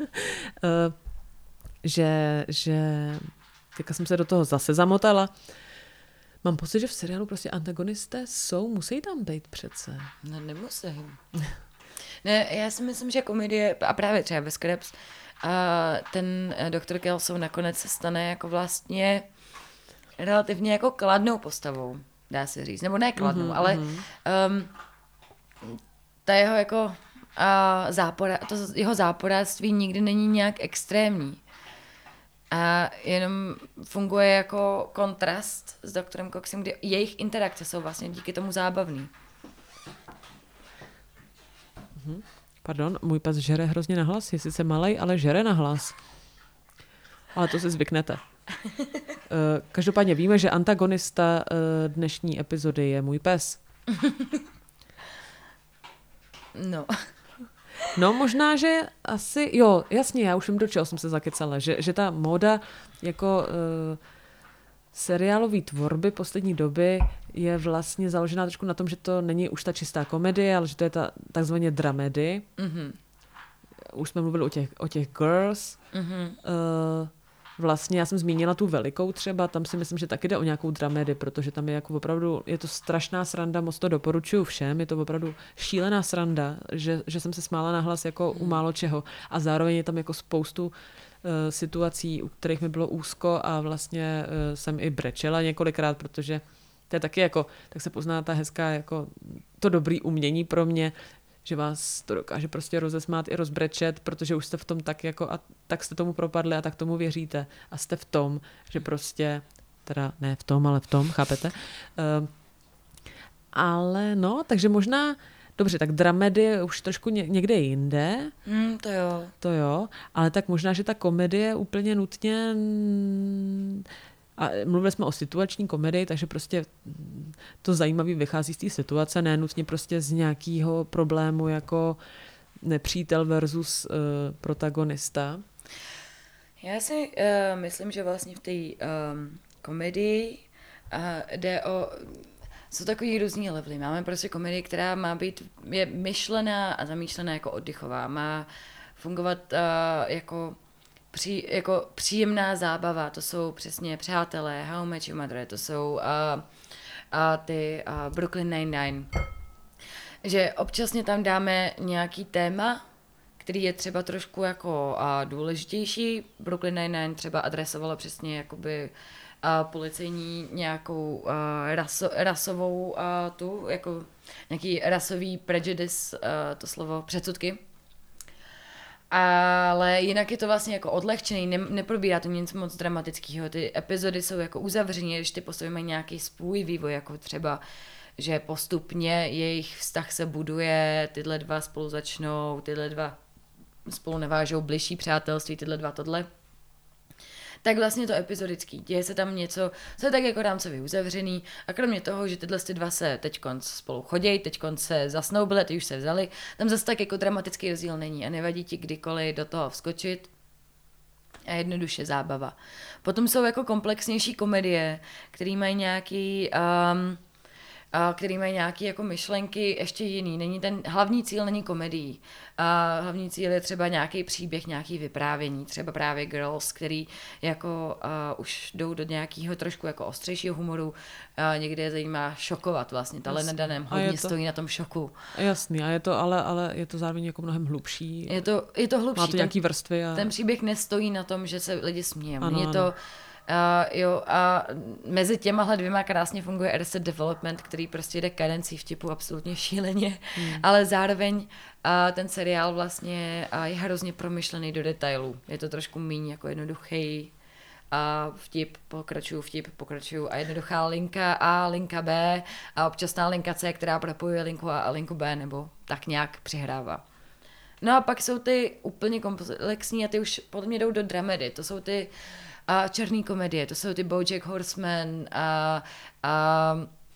že, že teďka jsem se do toho zase zamotala. Mám pocit, že v seriálu prostě antagonisté jsou, musí tam být přece. No nemusí. Ne, já si myslím, že komedie, a právě třeba ve Scraps, a ten doktor Kelso nakonec se stane jako vlastně relativně jako kladnou postavou, dá se říct. Nebo ne kladnou, mm-hmm, ale um, ta jeho jako uh, zápora, to jeho záporáctví nikdy není nějak extrémní. A jenom funguje jako kontrast s doktorem Coxem, kdy jejich interakce jsou vlastně díky tomu zábavný. Mm-hmm. Pardon, můj pes žere hrozně nahlas, je sice malej, ale žere nahlas. Ale to si zvyknete. Každopádně víme, že antagonista dnešní epizody je můj pes. No. No možná, že asi, jo, jasně, já už vím, do čeho jsem se zakecala, že, že ta móda jako uh, seriálový tvorby poslední doby je vlastně založená trošku na tom, že to není už ta čistá komedie, ale že to je ta takzvaně dramedy. Mm-hmm. Už jsme mluvili o těch, o těch girls. Mm-hmm. Uh, vlastně já jsem zmínila tu velikou třeba, tam si myslím, že taky jde o nějakou dramedy, protože tam je jako opravdu, je to strašná sranda, moc to doporučuju všem, je to opravdu šílená sranda, že, že jsem se smála nahlas jako u málo čeho a zároveň je tam jako spoustu uh, situací, u kterých mi bylo úzko a vlastně uh, jsem i brečela několikrát, protože to je taky jako, tak se pozná ta hezká jako to dobrý umění pro mě, že vás to dokáže prostě rozesmát i rozbrečet, protože už jste v tom tak jako a tak jste tomu propadli a tak tomu věříte a jste v tom, že prostě, teda ne v tom, ale v tom, chápete? Uh, ale no, takže možná, dobře, tak dramedy už trošku ně, někde jinde. Mm, to jo. To jo, ale tak možná, že ta komedie úplně nutně... A mluvili jsme o situační komedii, takže prostě to zajímavé vychází z té situace, ne nutně prostě z nějakého problému jako nepřítel versus uh, protagonista. Já si uh, myslím, že vlastně v té um, komedii uh, jde o... Jsou takový různý levely. Máme prostě komedii, která má být je myšlená a zamýšlená jako oddychová. Má fungovat uh, jako... Při, jako příjemná zábava, to jsou přesně Přátelé, How I Met Your Mother, to jsou uh, uh, ty uh, Brooklyn Nine-Nine. Že občasně tam dáme nějaký téma, který je třeba trošku jako uh, důležitější. Brooklyn Nine-Nine třeba adresovalo přesně jakoby uh, policejní nějakou uh, raso, rasovou uh, tu, jako nějaký rasový prejudice, uh, to slovo, předsudky. Ale jinak je to vlastně jako odlehčený, ne, neprobírá to nic moc dramatického. Ty epizody jsou jako uzavřené, když ty postavy mají nějaký svůj vývoj, jako třeba, že postupně jejich vztah se buduje, tyhle dva spolu začnou, tyhle dva spolu navážou bližší přátelství, tyhle dva tohle. Tak vlastně to epizodický. Děje se tam něco, co je tak jako rámcově uzavřený a kromě toho, že tyhle ty dva se teďkonc spolu chodějí, teďkonc se zasnoubili, ty už se vzali, tam zase tak jako dramatický rozdíl není a nevadí ti kdykoliv do toho vskočit a jednoduše zábava. Potom jsou jako komplexnější komedie, které mají nějaký... Um, a který mají nějaké jako myšlenky ještě jiný. Není ten hlavní cíl není komedii. A hlavní cíl je třeba nějaký příběh, nějaký vyprávění. Třeba právě Girls, který jako uh, už jdou do nějakého trošku jako ostřejšího humoru. Uh, někdy je zajímá šokovat vlastně. Ta Lena Dunham hodně to, stojí na tom šoku. Jasný, a je to, ale, ale je to zároveň jako mnohem hlubší. Je to, je to hlubší. Má to nějaký vrstvy. A... Ten příběh nestojí na tom, že se lidi smějí. Je ano. to Uh, jo, a mezi těmahle dvěma krásně funguje Arrested Development, který prostě jde kadencí vtipu absolutně šíleně, hmm. ale zároveň uh, ten seriál vlastně uh, je hrozně promyšlený do detailů. Je to trošku míň jako jednoduchý uh, vtip, pokračuju vtip, pokračuju a jednoduchá linka A, linka B a občasná linka C, která propojuje linku A a linku B, nebo tak nějak přihrává. No a pak jsou ty úplně komplexní a ty už podle mě jdou do dramedy. To jsou ty a černý komedie, to jsou ty BoJack Horseman a, a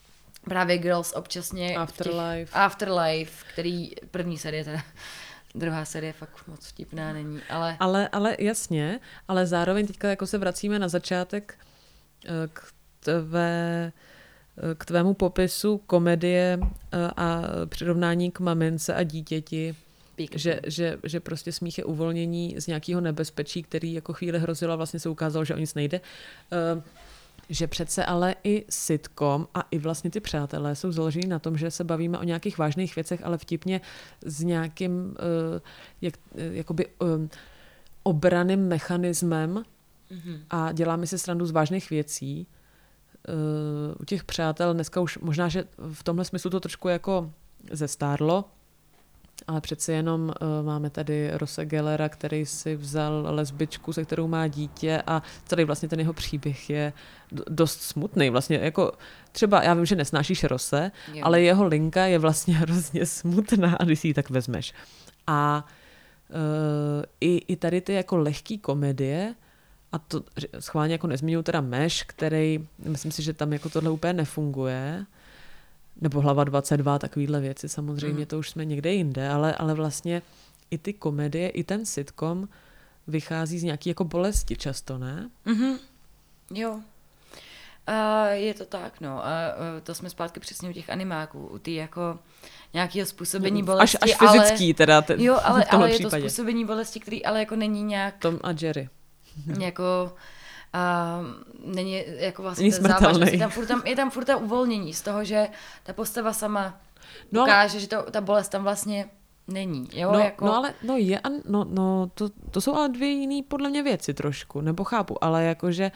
právě Girls občasně... Afterlife. Těch, Afterlife, který první série teda... Druhá série fakt moc vtipná není, ale... Ale, ale jasně, ale zároveň teďka jako se vracíme na začátek k tvé, k tvému popisu komedie a přirovnání k mamince a dítěti, že, že, že prostě smích je uvolnění z nějakého nebezpečí, který jako chvíli hrozilo a vlastně se ukázalo, že o nic nejde. Že přece ale i sitcom a i vlastně ty přátelé jsou založení na tom, že se bavíme o nějakých vážných věcech, ale vtipně s nějakým jak, jakoby obranným mechanismem mm-hmm. a děláme si srandu z vážných věcí. U těch přátel dneska už možná, že v tomhle smyslu to trošku jako zestárlo, ale přece jenom uh, máme tady Rosse Gellera, který si vzal lesbičku, se kterou má dítě a celý vlastně ten jeho příběh je d- dost smutný. Vlastně jako třeba, já vím, že nesnášíš Rosse, jo. ale jeho linka je vlastně hrozně smutná, když si ji tak vezmeš. A uh, i, i tady ty jako lehký komedie, a to schválně jako nezmiňuji teda Meš, který, myslím si, že tam jako tohle úplně nefunguje, nebo Hlava dvacet dva, takovýhle věci, samozřejmě mm. to už jsme někde jinde, ale, ale vlastně i ty komedie, i ten sitcom vychází z nějaký jako bolesti často, ne? Mm-hmm. Jo. Uh, je to tak, no. A uh, to jsme zpátky přesně u těch animáků, u ty jako nějakého způsobení bolesti. Až, až fyzický ale, teda ten, jo, ale, v tomhle ale případě. Je to způsobení bolesti, který ale jako není nějak... Tom a Jerry. Jako... A není jako vlastně není smrtelný. Je tam, furt tam, je tam furt ta uvolnění z toho, že ta postava sama no, ukáže, ale... že to, ta bolest tam vlastně není. Jo? No, jako... no ale no je, no, no to, to jsou ale dvě jiný podle mě věci trošku, nebo chápu, ale jakože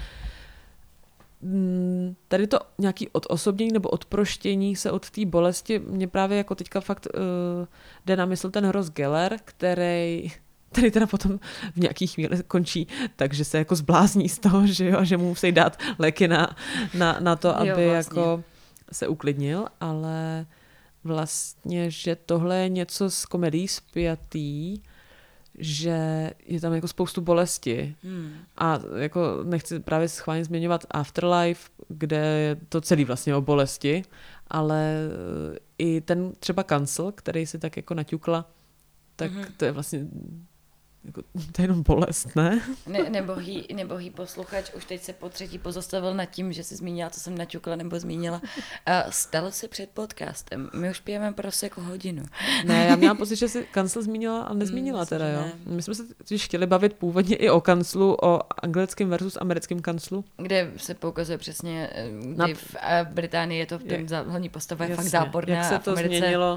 m, tady to nějaký odosobnění nebo odproštění se od té bolesti, mě právě jako teďka fakt uh, jde na mysl ten Ross Geller, který... který teda potom v nějaký chvíli končí, takže se jako zblázní z toho, že jo, že mu musí dát léky na, na, na to, aby jo, vlastně. jako se uklidnil, ale vlastně, že tohle je něco z komedií spjatý, že je tam jako spoustu bolesti. Hmm. A jako nechci právě schválně zmiňovat Afterlife, kde je to celý vlastně o bolesti, ale i ten třeba Cancel, který si tak jako naťukla, tak mm-hmm. to je vlastně jako, to je jenom bolest, ne? ne nebohý, nebohý posluchač už teď se po třetí pozastavil nad tím, že jsi zmínila, co jsem naťukla nebo zmínila. A stalo se před podcastem. My už pijeme prostě jako hodinu. Ne, já měla pocit, že jsi Cancel zmínila a nezmínila mm, teda, jo. Ne. My jsme se totiž chtěli bavit původně i o Cancelu, o anglickém versus americkém Cancelu. Kde se poukazuje přesně, kdy Na... v Británii je to ten hlavní postava je fakt záporná. Jak se to Americe... změnilo?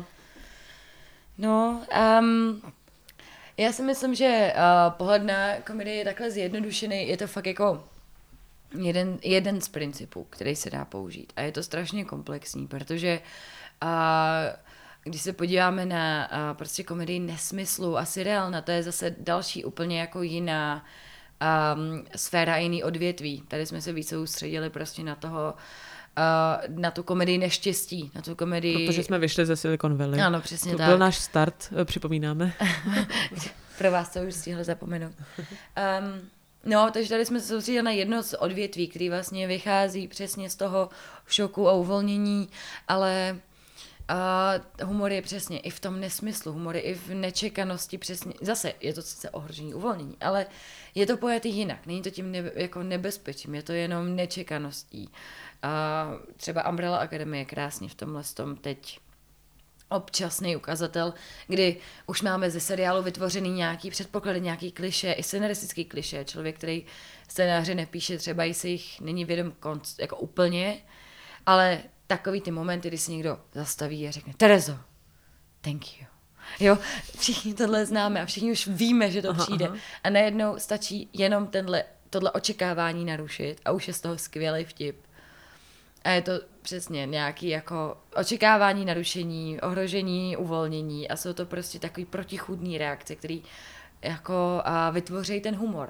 No, um, já si myslím, že uh, pohled na komedii je takhle zjednodušený, je to fakt jako jeden, jeden z principů, který se dá použít. A je to strašně komplexní, protože uh, když se podíváme na uh, prostě komedii nesmyslu a seriál, na to je zase další úplně jako jiná um, sféra, jiný odvětví. Tady jsme se více soustředili prostě na toho, Uh, na tu komedii neštěstí, na tu komedii... Protože jsme vyšli ze Silicon Valley. Ano, přesně to tak. To byl náš start, připomínáme. Pro vás to už stihli zapomenout. Um, no, takže tady jsme se soustředili na jedno z odvětví, který vlastně vychází přesně z toho šoku a uvolnění, ale uh, humor je přesně i v tom nesmyslu, humor je i v nečekanosti přesně. Zase je to sice ohrožení uvolnění, ale je to pojatý jinak. Není to tím nebe, jako nebezpečím, je to jenom nečekaností. A třeba Umbrella Academy je krásně v tomhle tom teď občasný ukazatel, kdy už máme ze seriálu vytvořený nějaký předpoklady, nějaký klišé, i scenaristický klišé. Člověk, který scénáře nepíše, třeba i se jich není vědom konc, jako úplně, ale takový ty momenty, kdy si někdo zastaví a řekne Terezo, thank you. Jo, všichni tohle známe a všichni už víme, že to aha, přijde. Aha. A najednou stačí jenom tenhle, tohle očekávání narušit a už je z toho skvělý vtip. A je to přesně nějaké jako očekávání, narušení, ohrožení, uvolnění a jsou to prostě takový protichůdný reakce, který jako a vytvoří ten humor.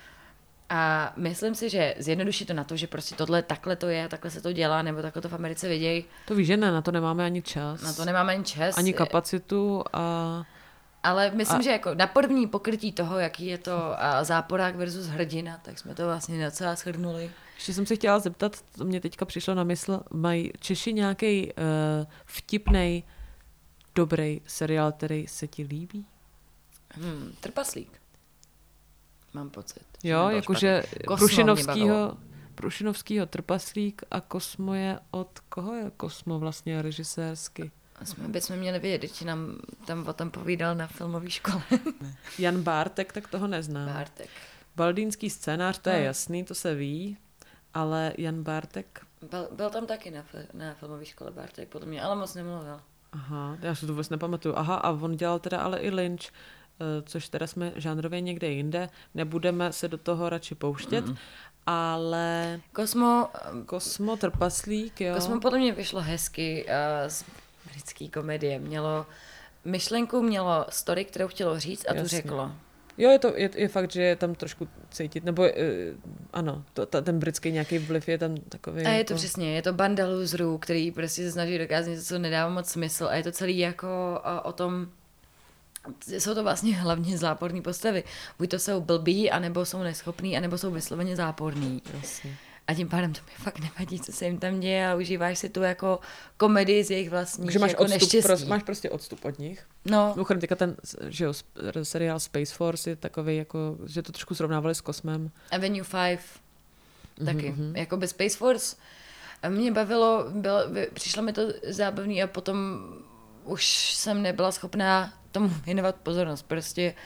A myslím si, že zjednoduší to na to, že prostě tohle takhle to je, takhle se to dělá, nebo takhle to v Americe vidějí. To víš, že ne, na to nemáme ani čas. Na to nemáme ani čas. Ani kapacitu a... Ale myslím, a... že jako na první pokrytí toho, jaký je to záporák versus hrdina, tak jsme to vlastně docela shrnuli. Ještě jsem se chtěla zeptat, to mě teďka přišlo na mysl, mají Češi nějaký uh, vtipnej, dobrý seriál, který se ti líbí? Hmm, Trpaslík. Mám pocit. Jo, jakože Kosmo Prušinovskýho, Prušinovskýho Trpaslík a Kosmo je od koho je Kosmo vlastně režisérsky? Jsme bychom měli vědět, že nám tam o tom povídal na filmové škole. Jan Bártek, tak toho neznám. Bártek. Baldýnský scénář, to je No. jasný, to se ví, ale Jan Bártek... Byl, byl tam taky na, na filmové škole Bártek, podle mě, ale moc nemluvil. Aha, já si to vůbec nepamatuju. Aha, a on dělal teda ale i Lynch, což teda jsme žánrově někde jinde. Nebudeme se do toho radši pouštět, mm. ale... Kosmo... Kosmo, Trpaslík, jo. Kosmo podle mě vyšlo hezky uh, z britské komedie. Mělo myšlenku, mělo story, kterou chtělo říct a tu Jasně. řeklo. Jo, je, to, je, je fakt, že je tam trošku cítit, nebo uh, ano, to, ta, ten britský nějaký vliv je tam takový. A je jako... to přesně, je to banda loserů, který prostě se snaží dokázat něco, co nedává moc smysl a je to celý jako uh, o tom, jsou to vlastně hlavně záporní postavy. Buď to jsou blbí, anebo jsou neschopní, anebo jsou vysloveně záporní. Jasně. A tím pádem to mi fakt nevadí, co se jim tam děje a užíváš si tu jako komedii z jejich vlastních Takže máš, jako odstup, neštěstí. pro, máš prostě odstup od nich. No. Mimochodem, teďka ten že jo, seriál Space Force je takový, jako, že to trošku srovnávali s Kosmem. Avenue five taky. Mhm. Mm-hmm. Jako by Space Force mě bavilo, bylo, přišlo mi to zábavný a potom už jsem nebyla schopná tomu věnovat pozornost. Prostě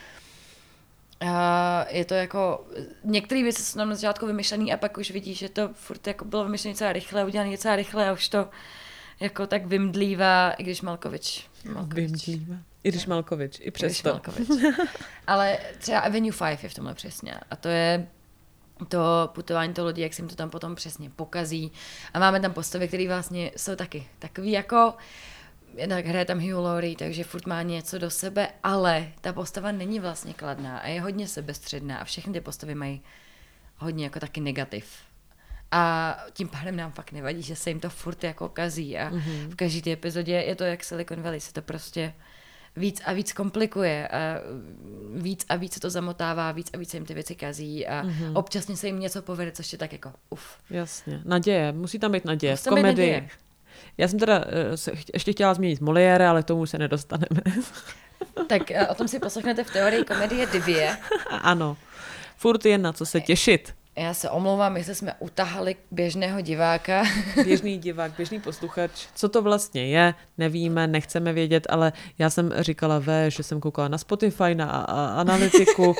a je to jako, některé věci jsou tam na začátku vymyšlený a pak už vidíš, že to furt jako bylo vymyšlené docela rychle, udělané docela rychle a už to jako tak vymdlívá, i když Malkovič. Malkovič. Vymdlívá. I když Malkovič, i přesto. Malkovič. Ale třeba Avenue five je v tomhle přesně a to je to putování toho lidi, jak se jim to tam potom přesně pokazí a máme tam postavy, které vlastně jsou taky takový jako jednak hraje tam Hugh Laurie, takže furt má něco do sebe, ale ta postava není vlastně kladná a je hodně sebestředná a všechny ty postavy mají hodně jako taky negativ. A tím pádem nám fakt nevadí, že se jim to furt jako kazí a mm-hmm. v každé té epizodě je to jak Silicon Valley, se to prostě víc a víc komplikuje a víc a víc se to zamotává, víc a víc se jim ty věci kazí a mm-hmm. občasně se jim něco povede, což je tak jako uf. Jasně, naděje, musí tam být naděje. Musí V tam být komedii. naděje. Já jsem teda uh, se chtě, ještě chtěla změnit Molière, ale k tomu se nedostaneme. Tak uh, o tom si poslechnete v teorii komedie Divie. Ano, furt jen na co se těšit. Já se omlouvám, jestli jsme utahali běžného diváka. Běžný divák, běžný posluchač. Co to vlastně je, nevíme, nechceme vědět, ale já jsem říkala ve, že jsem koukala na Spotify, na a- a- analytiku,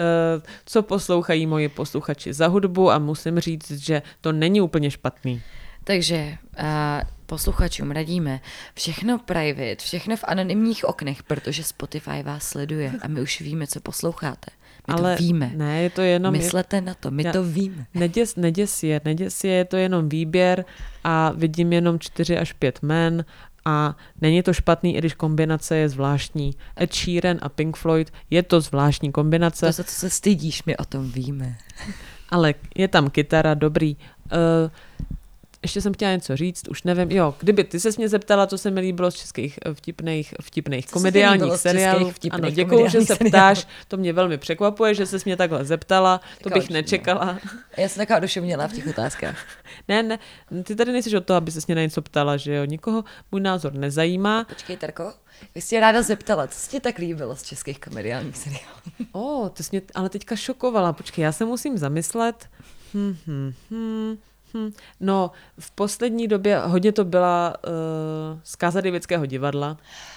co poslouchají moji posluchači za hudbu a musím říct, že to není úplně špatný. Takže uh, posluchačům radíme všechno private, všechno v anonymních oknech, protože Spotify vás sleduje a my už víme, co posloucháte. My ale to víme. Ne, je to jenom... Myslete na to, my já, to víme. Neděs, neděs je, neděs je, je to jenom výběr a vidím jenom čtyři až pět men a není to špatný, i když kombinace je zvláštní. Ed Sheeran a Pink Floyd je to zvláštní kombinace. To, za co se stydíš, my o tom víme. Ale je tam kytara, dobrý. Uh, ještě jsem chtěla něco říct, už nevím. Jo, kdyby ty ses mě zeptala, co se mi líbilo z českých vtipných, vtipných komediálních seriálů. Ano, děkuju, že se ptáš. To mě velmi překvapuje, že ses mě takhle zeptala. To bych nečekala. Já jsem taková duševnělá v těch otázkách. Ne, ne, ty tady nejsi od toho, aby ses mě na něco ptala, že jo. Nikoho můj názor nezajímá. Počkej, Terko, vy jsi ráda zeptala, co se ti tak líbilo z českých komediálních seriálů? O, oh, ty jsi mě ale teďka šokovala. Počkej, já se musím zamyslet. Hm, hm, hm. Hmm. No, v poslední době hodně to byla uh, zkáza Davidského divadla.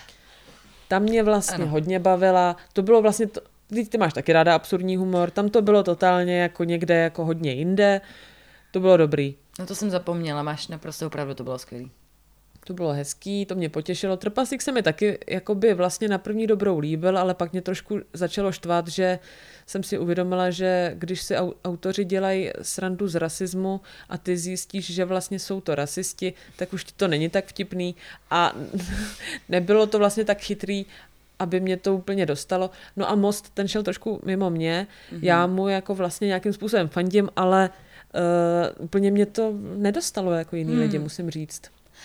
Tam mě vlastně ano. hodně bavila. To bylo vlastně, to, ty, ty máš taky ráda absurdní humor, tam to bylo totálně jako někde jako hodně jinde. To bylo dobrý. No to jsem zapomněla, máš naprosto opravdu, to bylo skvělý. To bylo hezký, to mě potěšilo. Trpaslík se mi taky jakoby vlastně na první dobrou líbil, ale pak mě trošku začalo štvát, že jsem si uvědomila, že když si autoři dělají srandu z rasismu a ty zjistíš, že vlastně jsou to rasisti, tak už to není tak vtipný a nebylo to vlastně tak chytrý, aby mě to úplně dostalo. No a Most, ten šel trošku mimo mě. Mm-hmm. Já mu jako vlastně nějakým způsobem fandím, ale uh, úplně mě to nedostalo jako jiný mm. lidi, musím říct.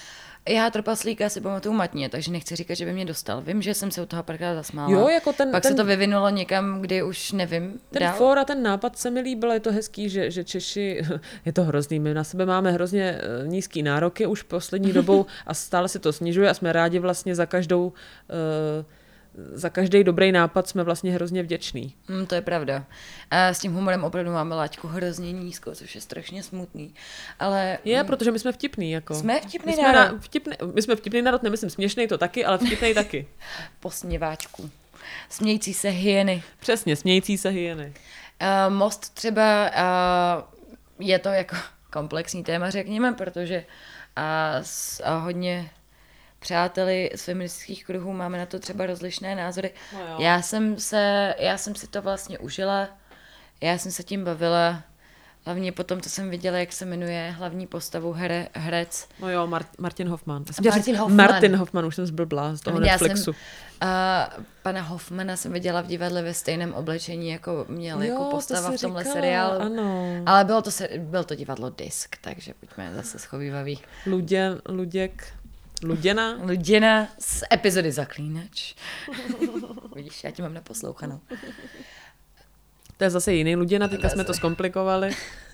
Já trpaslíka si pamatuju matně, takže nechci říkat, že by mě dostal. Vím, že jsem se u toho párkrát zasmála. Jo, jako ten, Pak ten, se to vyvinulo někam, kdy už nevím. ten dál. for a ten nápad se mi líbil, je to hezký, že, že Češi, je to hrozný, my na sebe máme hrozně nízký nároky už poslední dobou a stále se to snižuje a jsme rádi vlastně za každou uh, za každý dobrý nápad jsme vlastně hrozně vděční. Mm, to je pravda. A s tím humorem opravdu máme laťku hrozně nízko, což je strašně smutný. Ale je, protože my jsme vtipný. Jako. Jsme vtipný my národ. Jsme vtipný, my jsme vtipný národ, nemyslím směšnej to taky, ale vtipnej taky. Posměváčku. Smějící se hyeny. Přesně, smějící se hyeny. Uh, most třeba uh, je to jako komplexní téma, řekněme, protože uh, s uh, hodně přáteli z feministických kruhů máme na to třeba rozlišné názory. No jo. já jsem se, já jsem si to vlastně užila, já jsem se tím bavila, hlavně potom, to jsem viděla, jak se jmenuje hlavní postavu hre, herec. No jo, Mart- Martin Hoffman. Martin Hoffman. Martin Hoffman, už jsem zblblá z toho Já Netflixu. Jsem, uh, pana Hoffmana jsem viděla v divadle ve stejném oblečení, jako měl Jo, jako to postava jsi v tomhle říkala, seriálu. ano. Ale bylo to, se, byl to divadlo Disk, takže buďme zase schovývaví. Ludě, Luděk, Luděna. Luděna z epizody Zaklínač. Vidíš, já tě mám naposlouchanou. To je zase jiný Luděna, teďka jsme to zkomplikovali.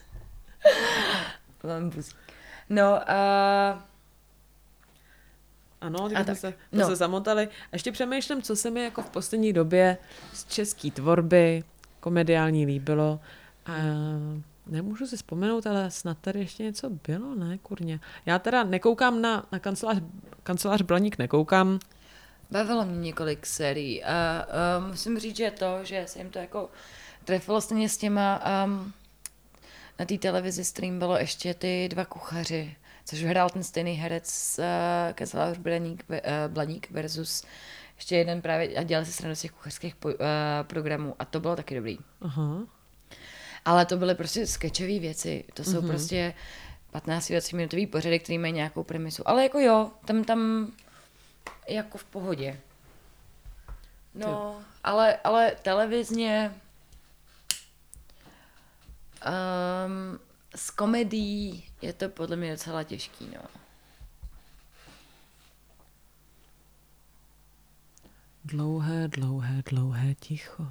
Mám buzík. No a... Ano, A teď jsme tak, se, to no. se zamotali. A ještě přemýšlím, co se mi jako v poslední době z české tvorby komediální líbilo. A nemůžu si vzpomenout, ale snad tady ještě něco bylo, ne, kurně. Já teda nekoukám na, na kancelář, kancelář Blaník, nekoukám. Bavilo mě několik sérií a uh, musím říct, že to, že se jim to jako trefilo stejně s těma um, na té televizi stream bylo ještě ty dva kuchaři, což hrál ten stejný herec uh, kancelář Blaník, uh, Blaník versus ještě jeden právě a dělali se srandu z těch kuchařských po, uh, programů a to bylo taky dobrý. Aha. Ale to byly prostě sketchové věci, to jsou Mhm. prostě patnáct dvacet minutový pořady, který mají nějakou premisu, ale jako jo, tam tam jako v pohodě. No, ale, ale televizně um, s komedií je to podle mě docela těžký, no. Dlouhé, dlouhé, dlouhé ticho.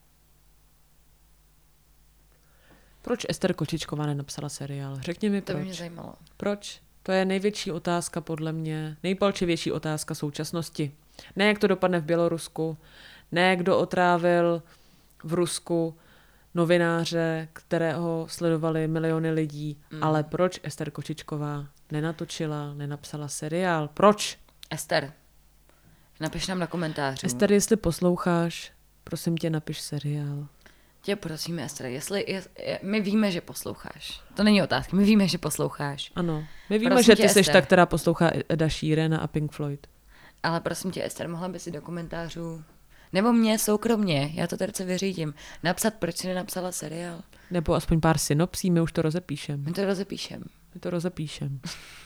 Proč Ester Kočičková nenapsala seriál? Řekni mi To proč. by mě zajímalo. Proč? To je největší otázka podle mě, nejpalčivější otázka současnosti. Ne, jak to dopadne v Bělorusku, ne, kdo otrávil v Rusku novináře, kterého sledovali miliony lidí, mm. ale proč Ester Kočičková nenatočila, nenapsala seriál? Proč? Ester, napiš nám na komentáři. Ester, jestli posloucháš, prosím tě, napiš seriál. Tě prosíme, Ester, jestli je, je, my víme, že posloucháš. To není otázka, my víme, že posloucháš. Ano, my víme, Prosím že tě, ty jsi Ester. ta, která poslouchá Eda Sheerana a Pink Floyd. Ale prosím tě, Ester, mohla by si do komentářů, nebo mě soukromně, já to terce vyřídím, napsat, proč si nenapsala seriál. Nebo aspoň pár synopsí, my už to rozepíšem. My to rozepíšem. My to rozepíšem.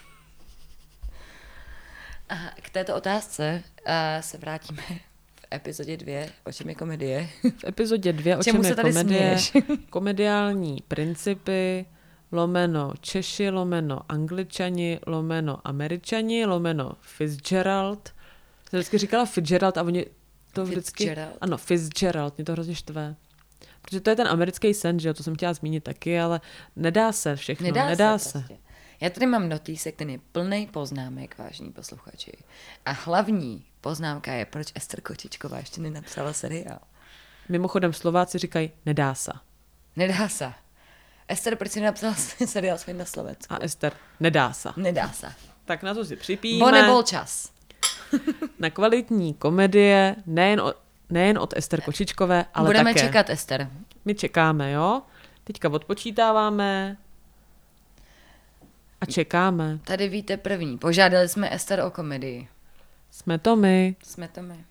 A k této otázce uh, se vrátíme v epizodě dvě, o čem je komedie. V epizodě dvě, o Čemu čem se je tady komedie, směješ? komediální principy, lomeno Češi, lomeno Angličani, lomeno Američani, lomeno Fitzgerald. Jsem vždycky říkala Fitzgerald a oni to vždycky... Fitzgerald. Ano, Fitzgerald, mě to hrozně štve. Protože to je ten americký sen, že jo, to jsem chtěla zmínit taky, ale nedá se všechno, nedá, nedá se. Prostě. Já tady mám notýsek, ten je plný poznámek, vážní posluchači. A hlavní poznámka je, proč Ester Kočičková ještě nenapsala seriál. Mimochodem Slováci říkají, nedá se. Nedá se. Ester, proč si nenapsala seriál svým na Slovensku? A Ester, nedá se. Nedá se. Tak na to si připijeme. Bo nebol čas. Na kvalitní komedie, nejen od, nejen od Ester Kočičkové, ale Budeme také. čekat, Ester. My čekáme, jo? Teďka odpočítáváme a čekáme. Tady víte první. Požádali jsme Ester o komedii. Jsme to my. Jsme to my.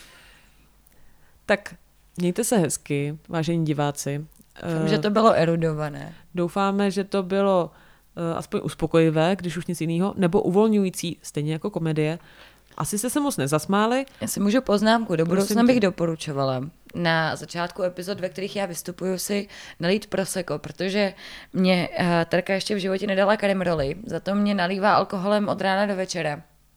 Tak mějte se hezky, vážení diváci. Doufám, Eh, že to bylo erudované. Doufáme, že to bylo uh, aspoň uspokojivé, když už nic jiného, nebo uvolňující, stejně jako komedie. Asi jste se moc nezasmáli. Já si můžu poznámku, do Prosím budoucna tě. bych doporučovala na začátku epizod, ve kterých já vystupuju, si nalít prosecco, protože mě uh, Terka ještě v životě nedala kremroli, za to mě nalívá alkoholem od rána do večera.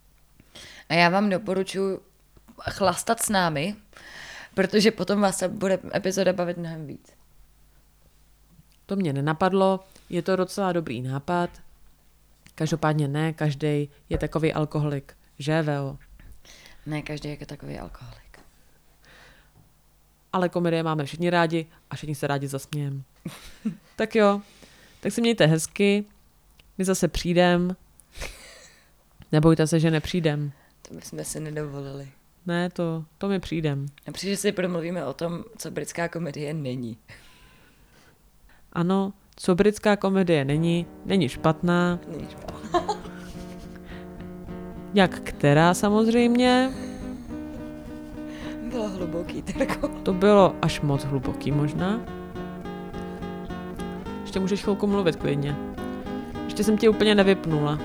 A já vám doporučuji chlastat s námi, protože potom vás ta bude epizoda bavit mnohem víc. To mě nenapadlo, je to docela dobrý nápad. Každopádně ne, každý je takový alkoholik, že Veo? Ne, každý je takový alkoholik. Ale komedie máme všichni rádi a všichni se rádi zasmějeme. Tak jo, tak se mějte hezky, my zase přijdem. Nebojte se, že nepřijdem. To bychom si nedovolili. Ne, to, to my přijdem. A příště si promluvíme o tom, co britská komedie není. Ano, co britská komedie není, není špatná. Není špatná. Jak která samozřejmě. Bylo hluboký, Terko. To bylo až moc hluboký možná. Ještě můžeš chvilku mluvit klidně. Ještě jsem tě úplně nevypnula.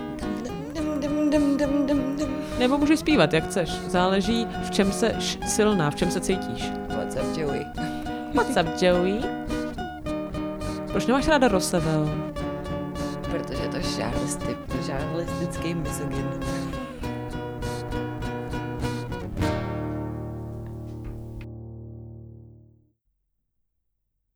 Nebo můžeš zpívat, jak chceš. Záleží, v čem seš silná, v čem se cítíš. What's up, Joey? What's up, Joey? Proč nemáš ráda Roosevelt? Protože je to žárlistický misogyn.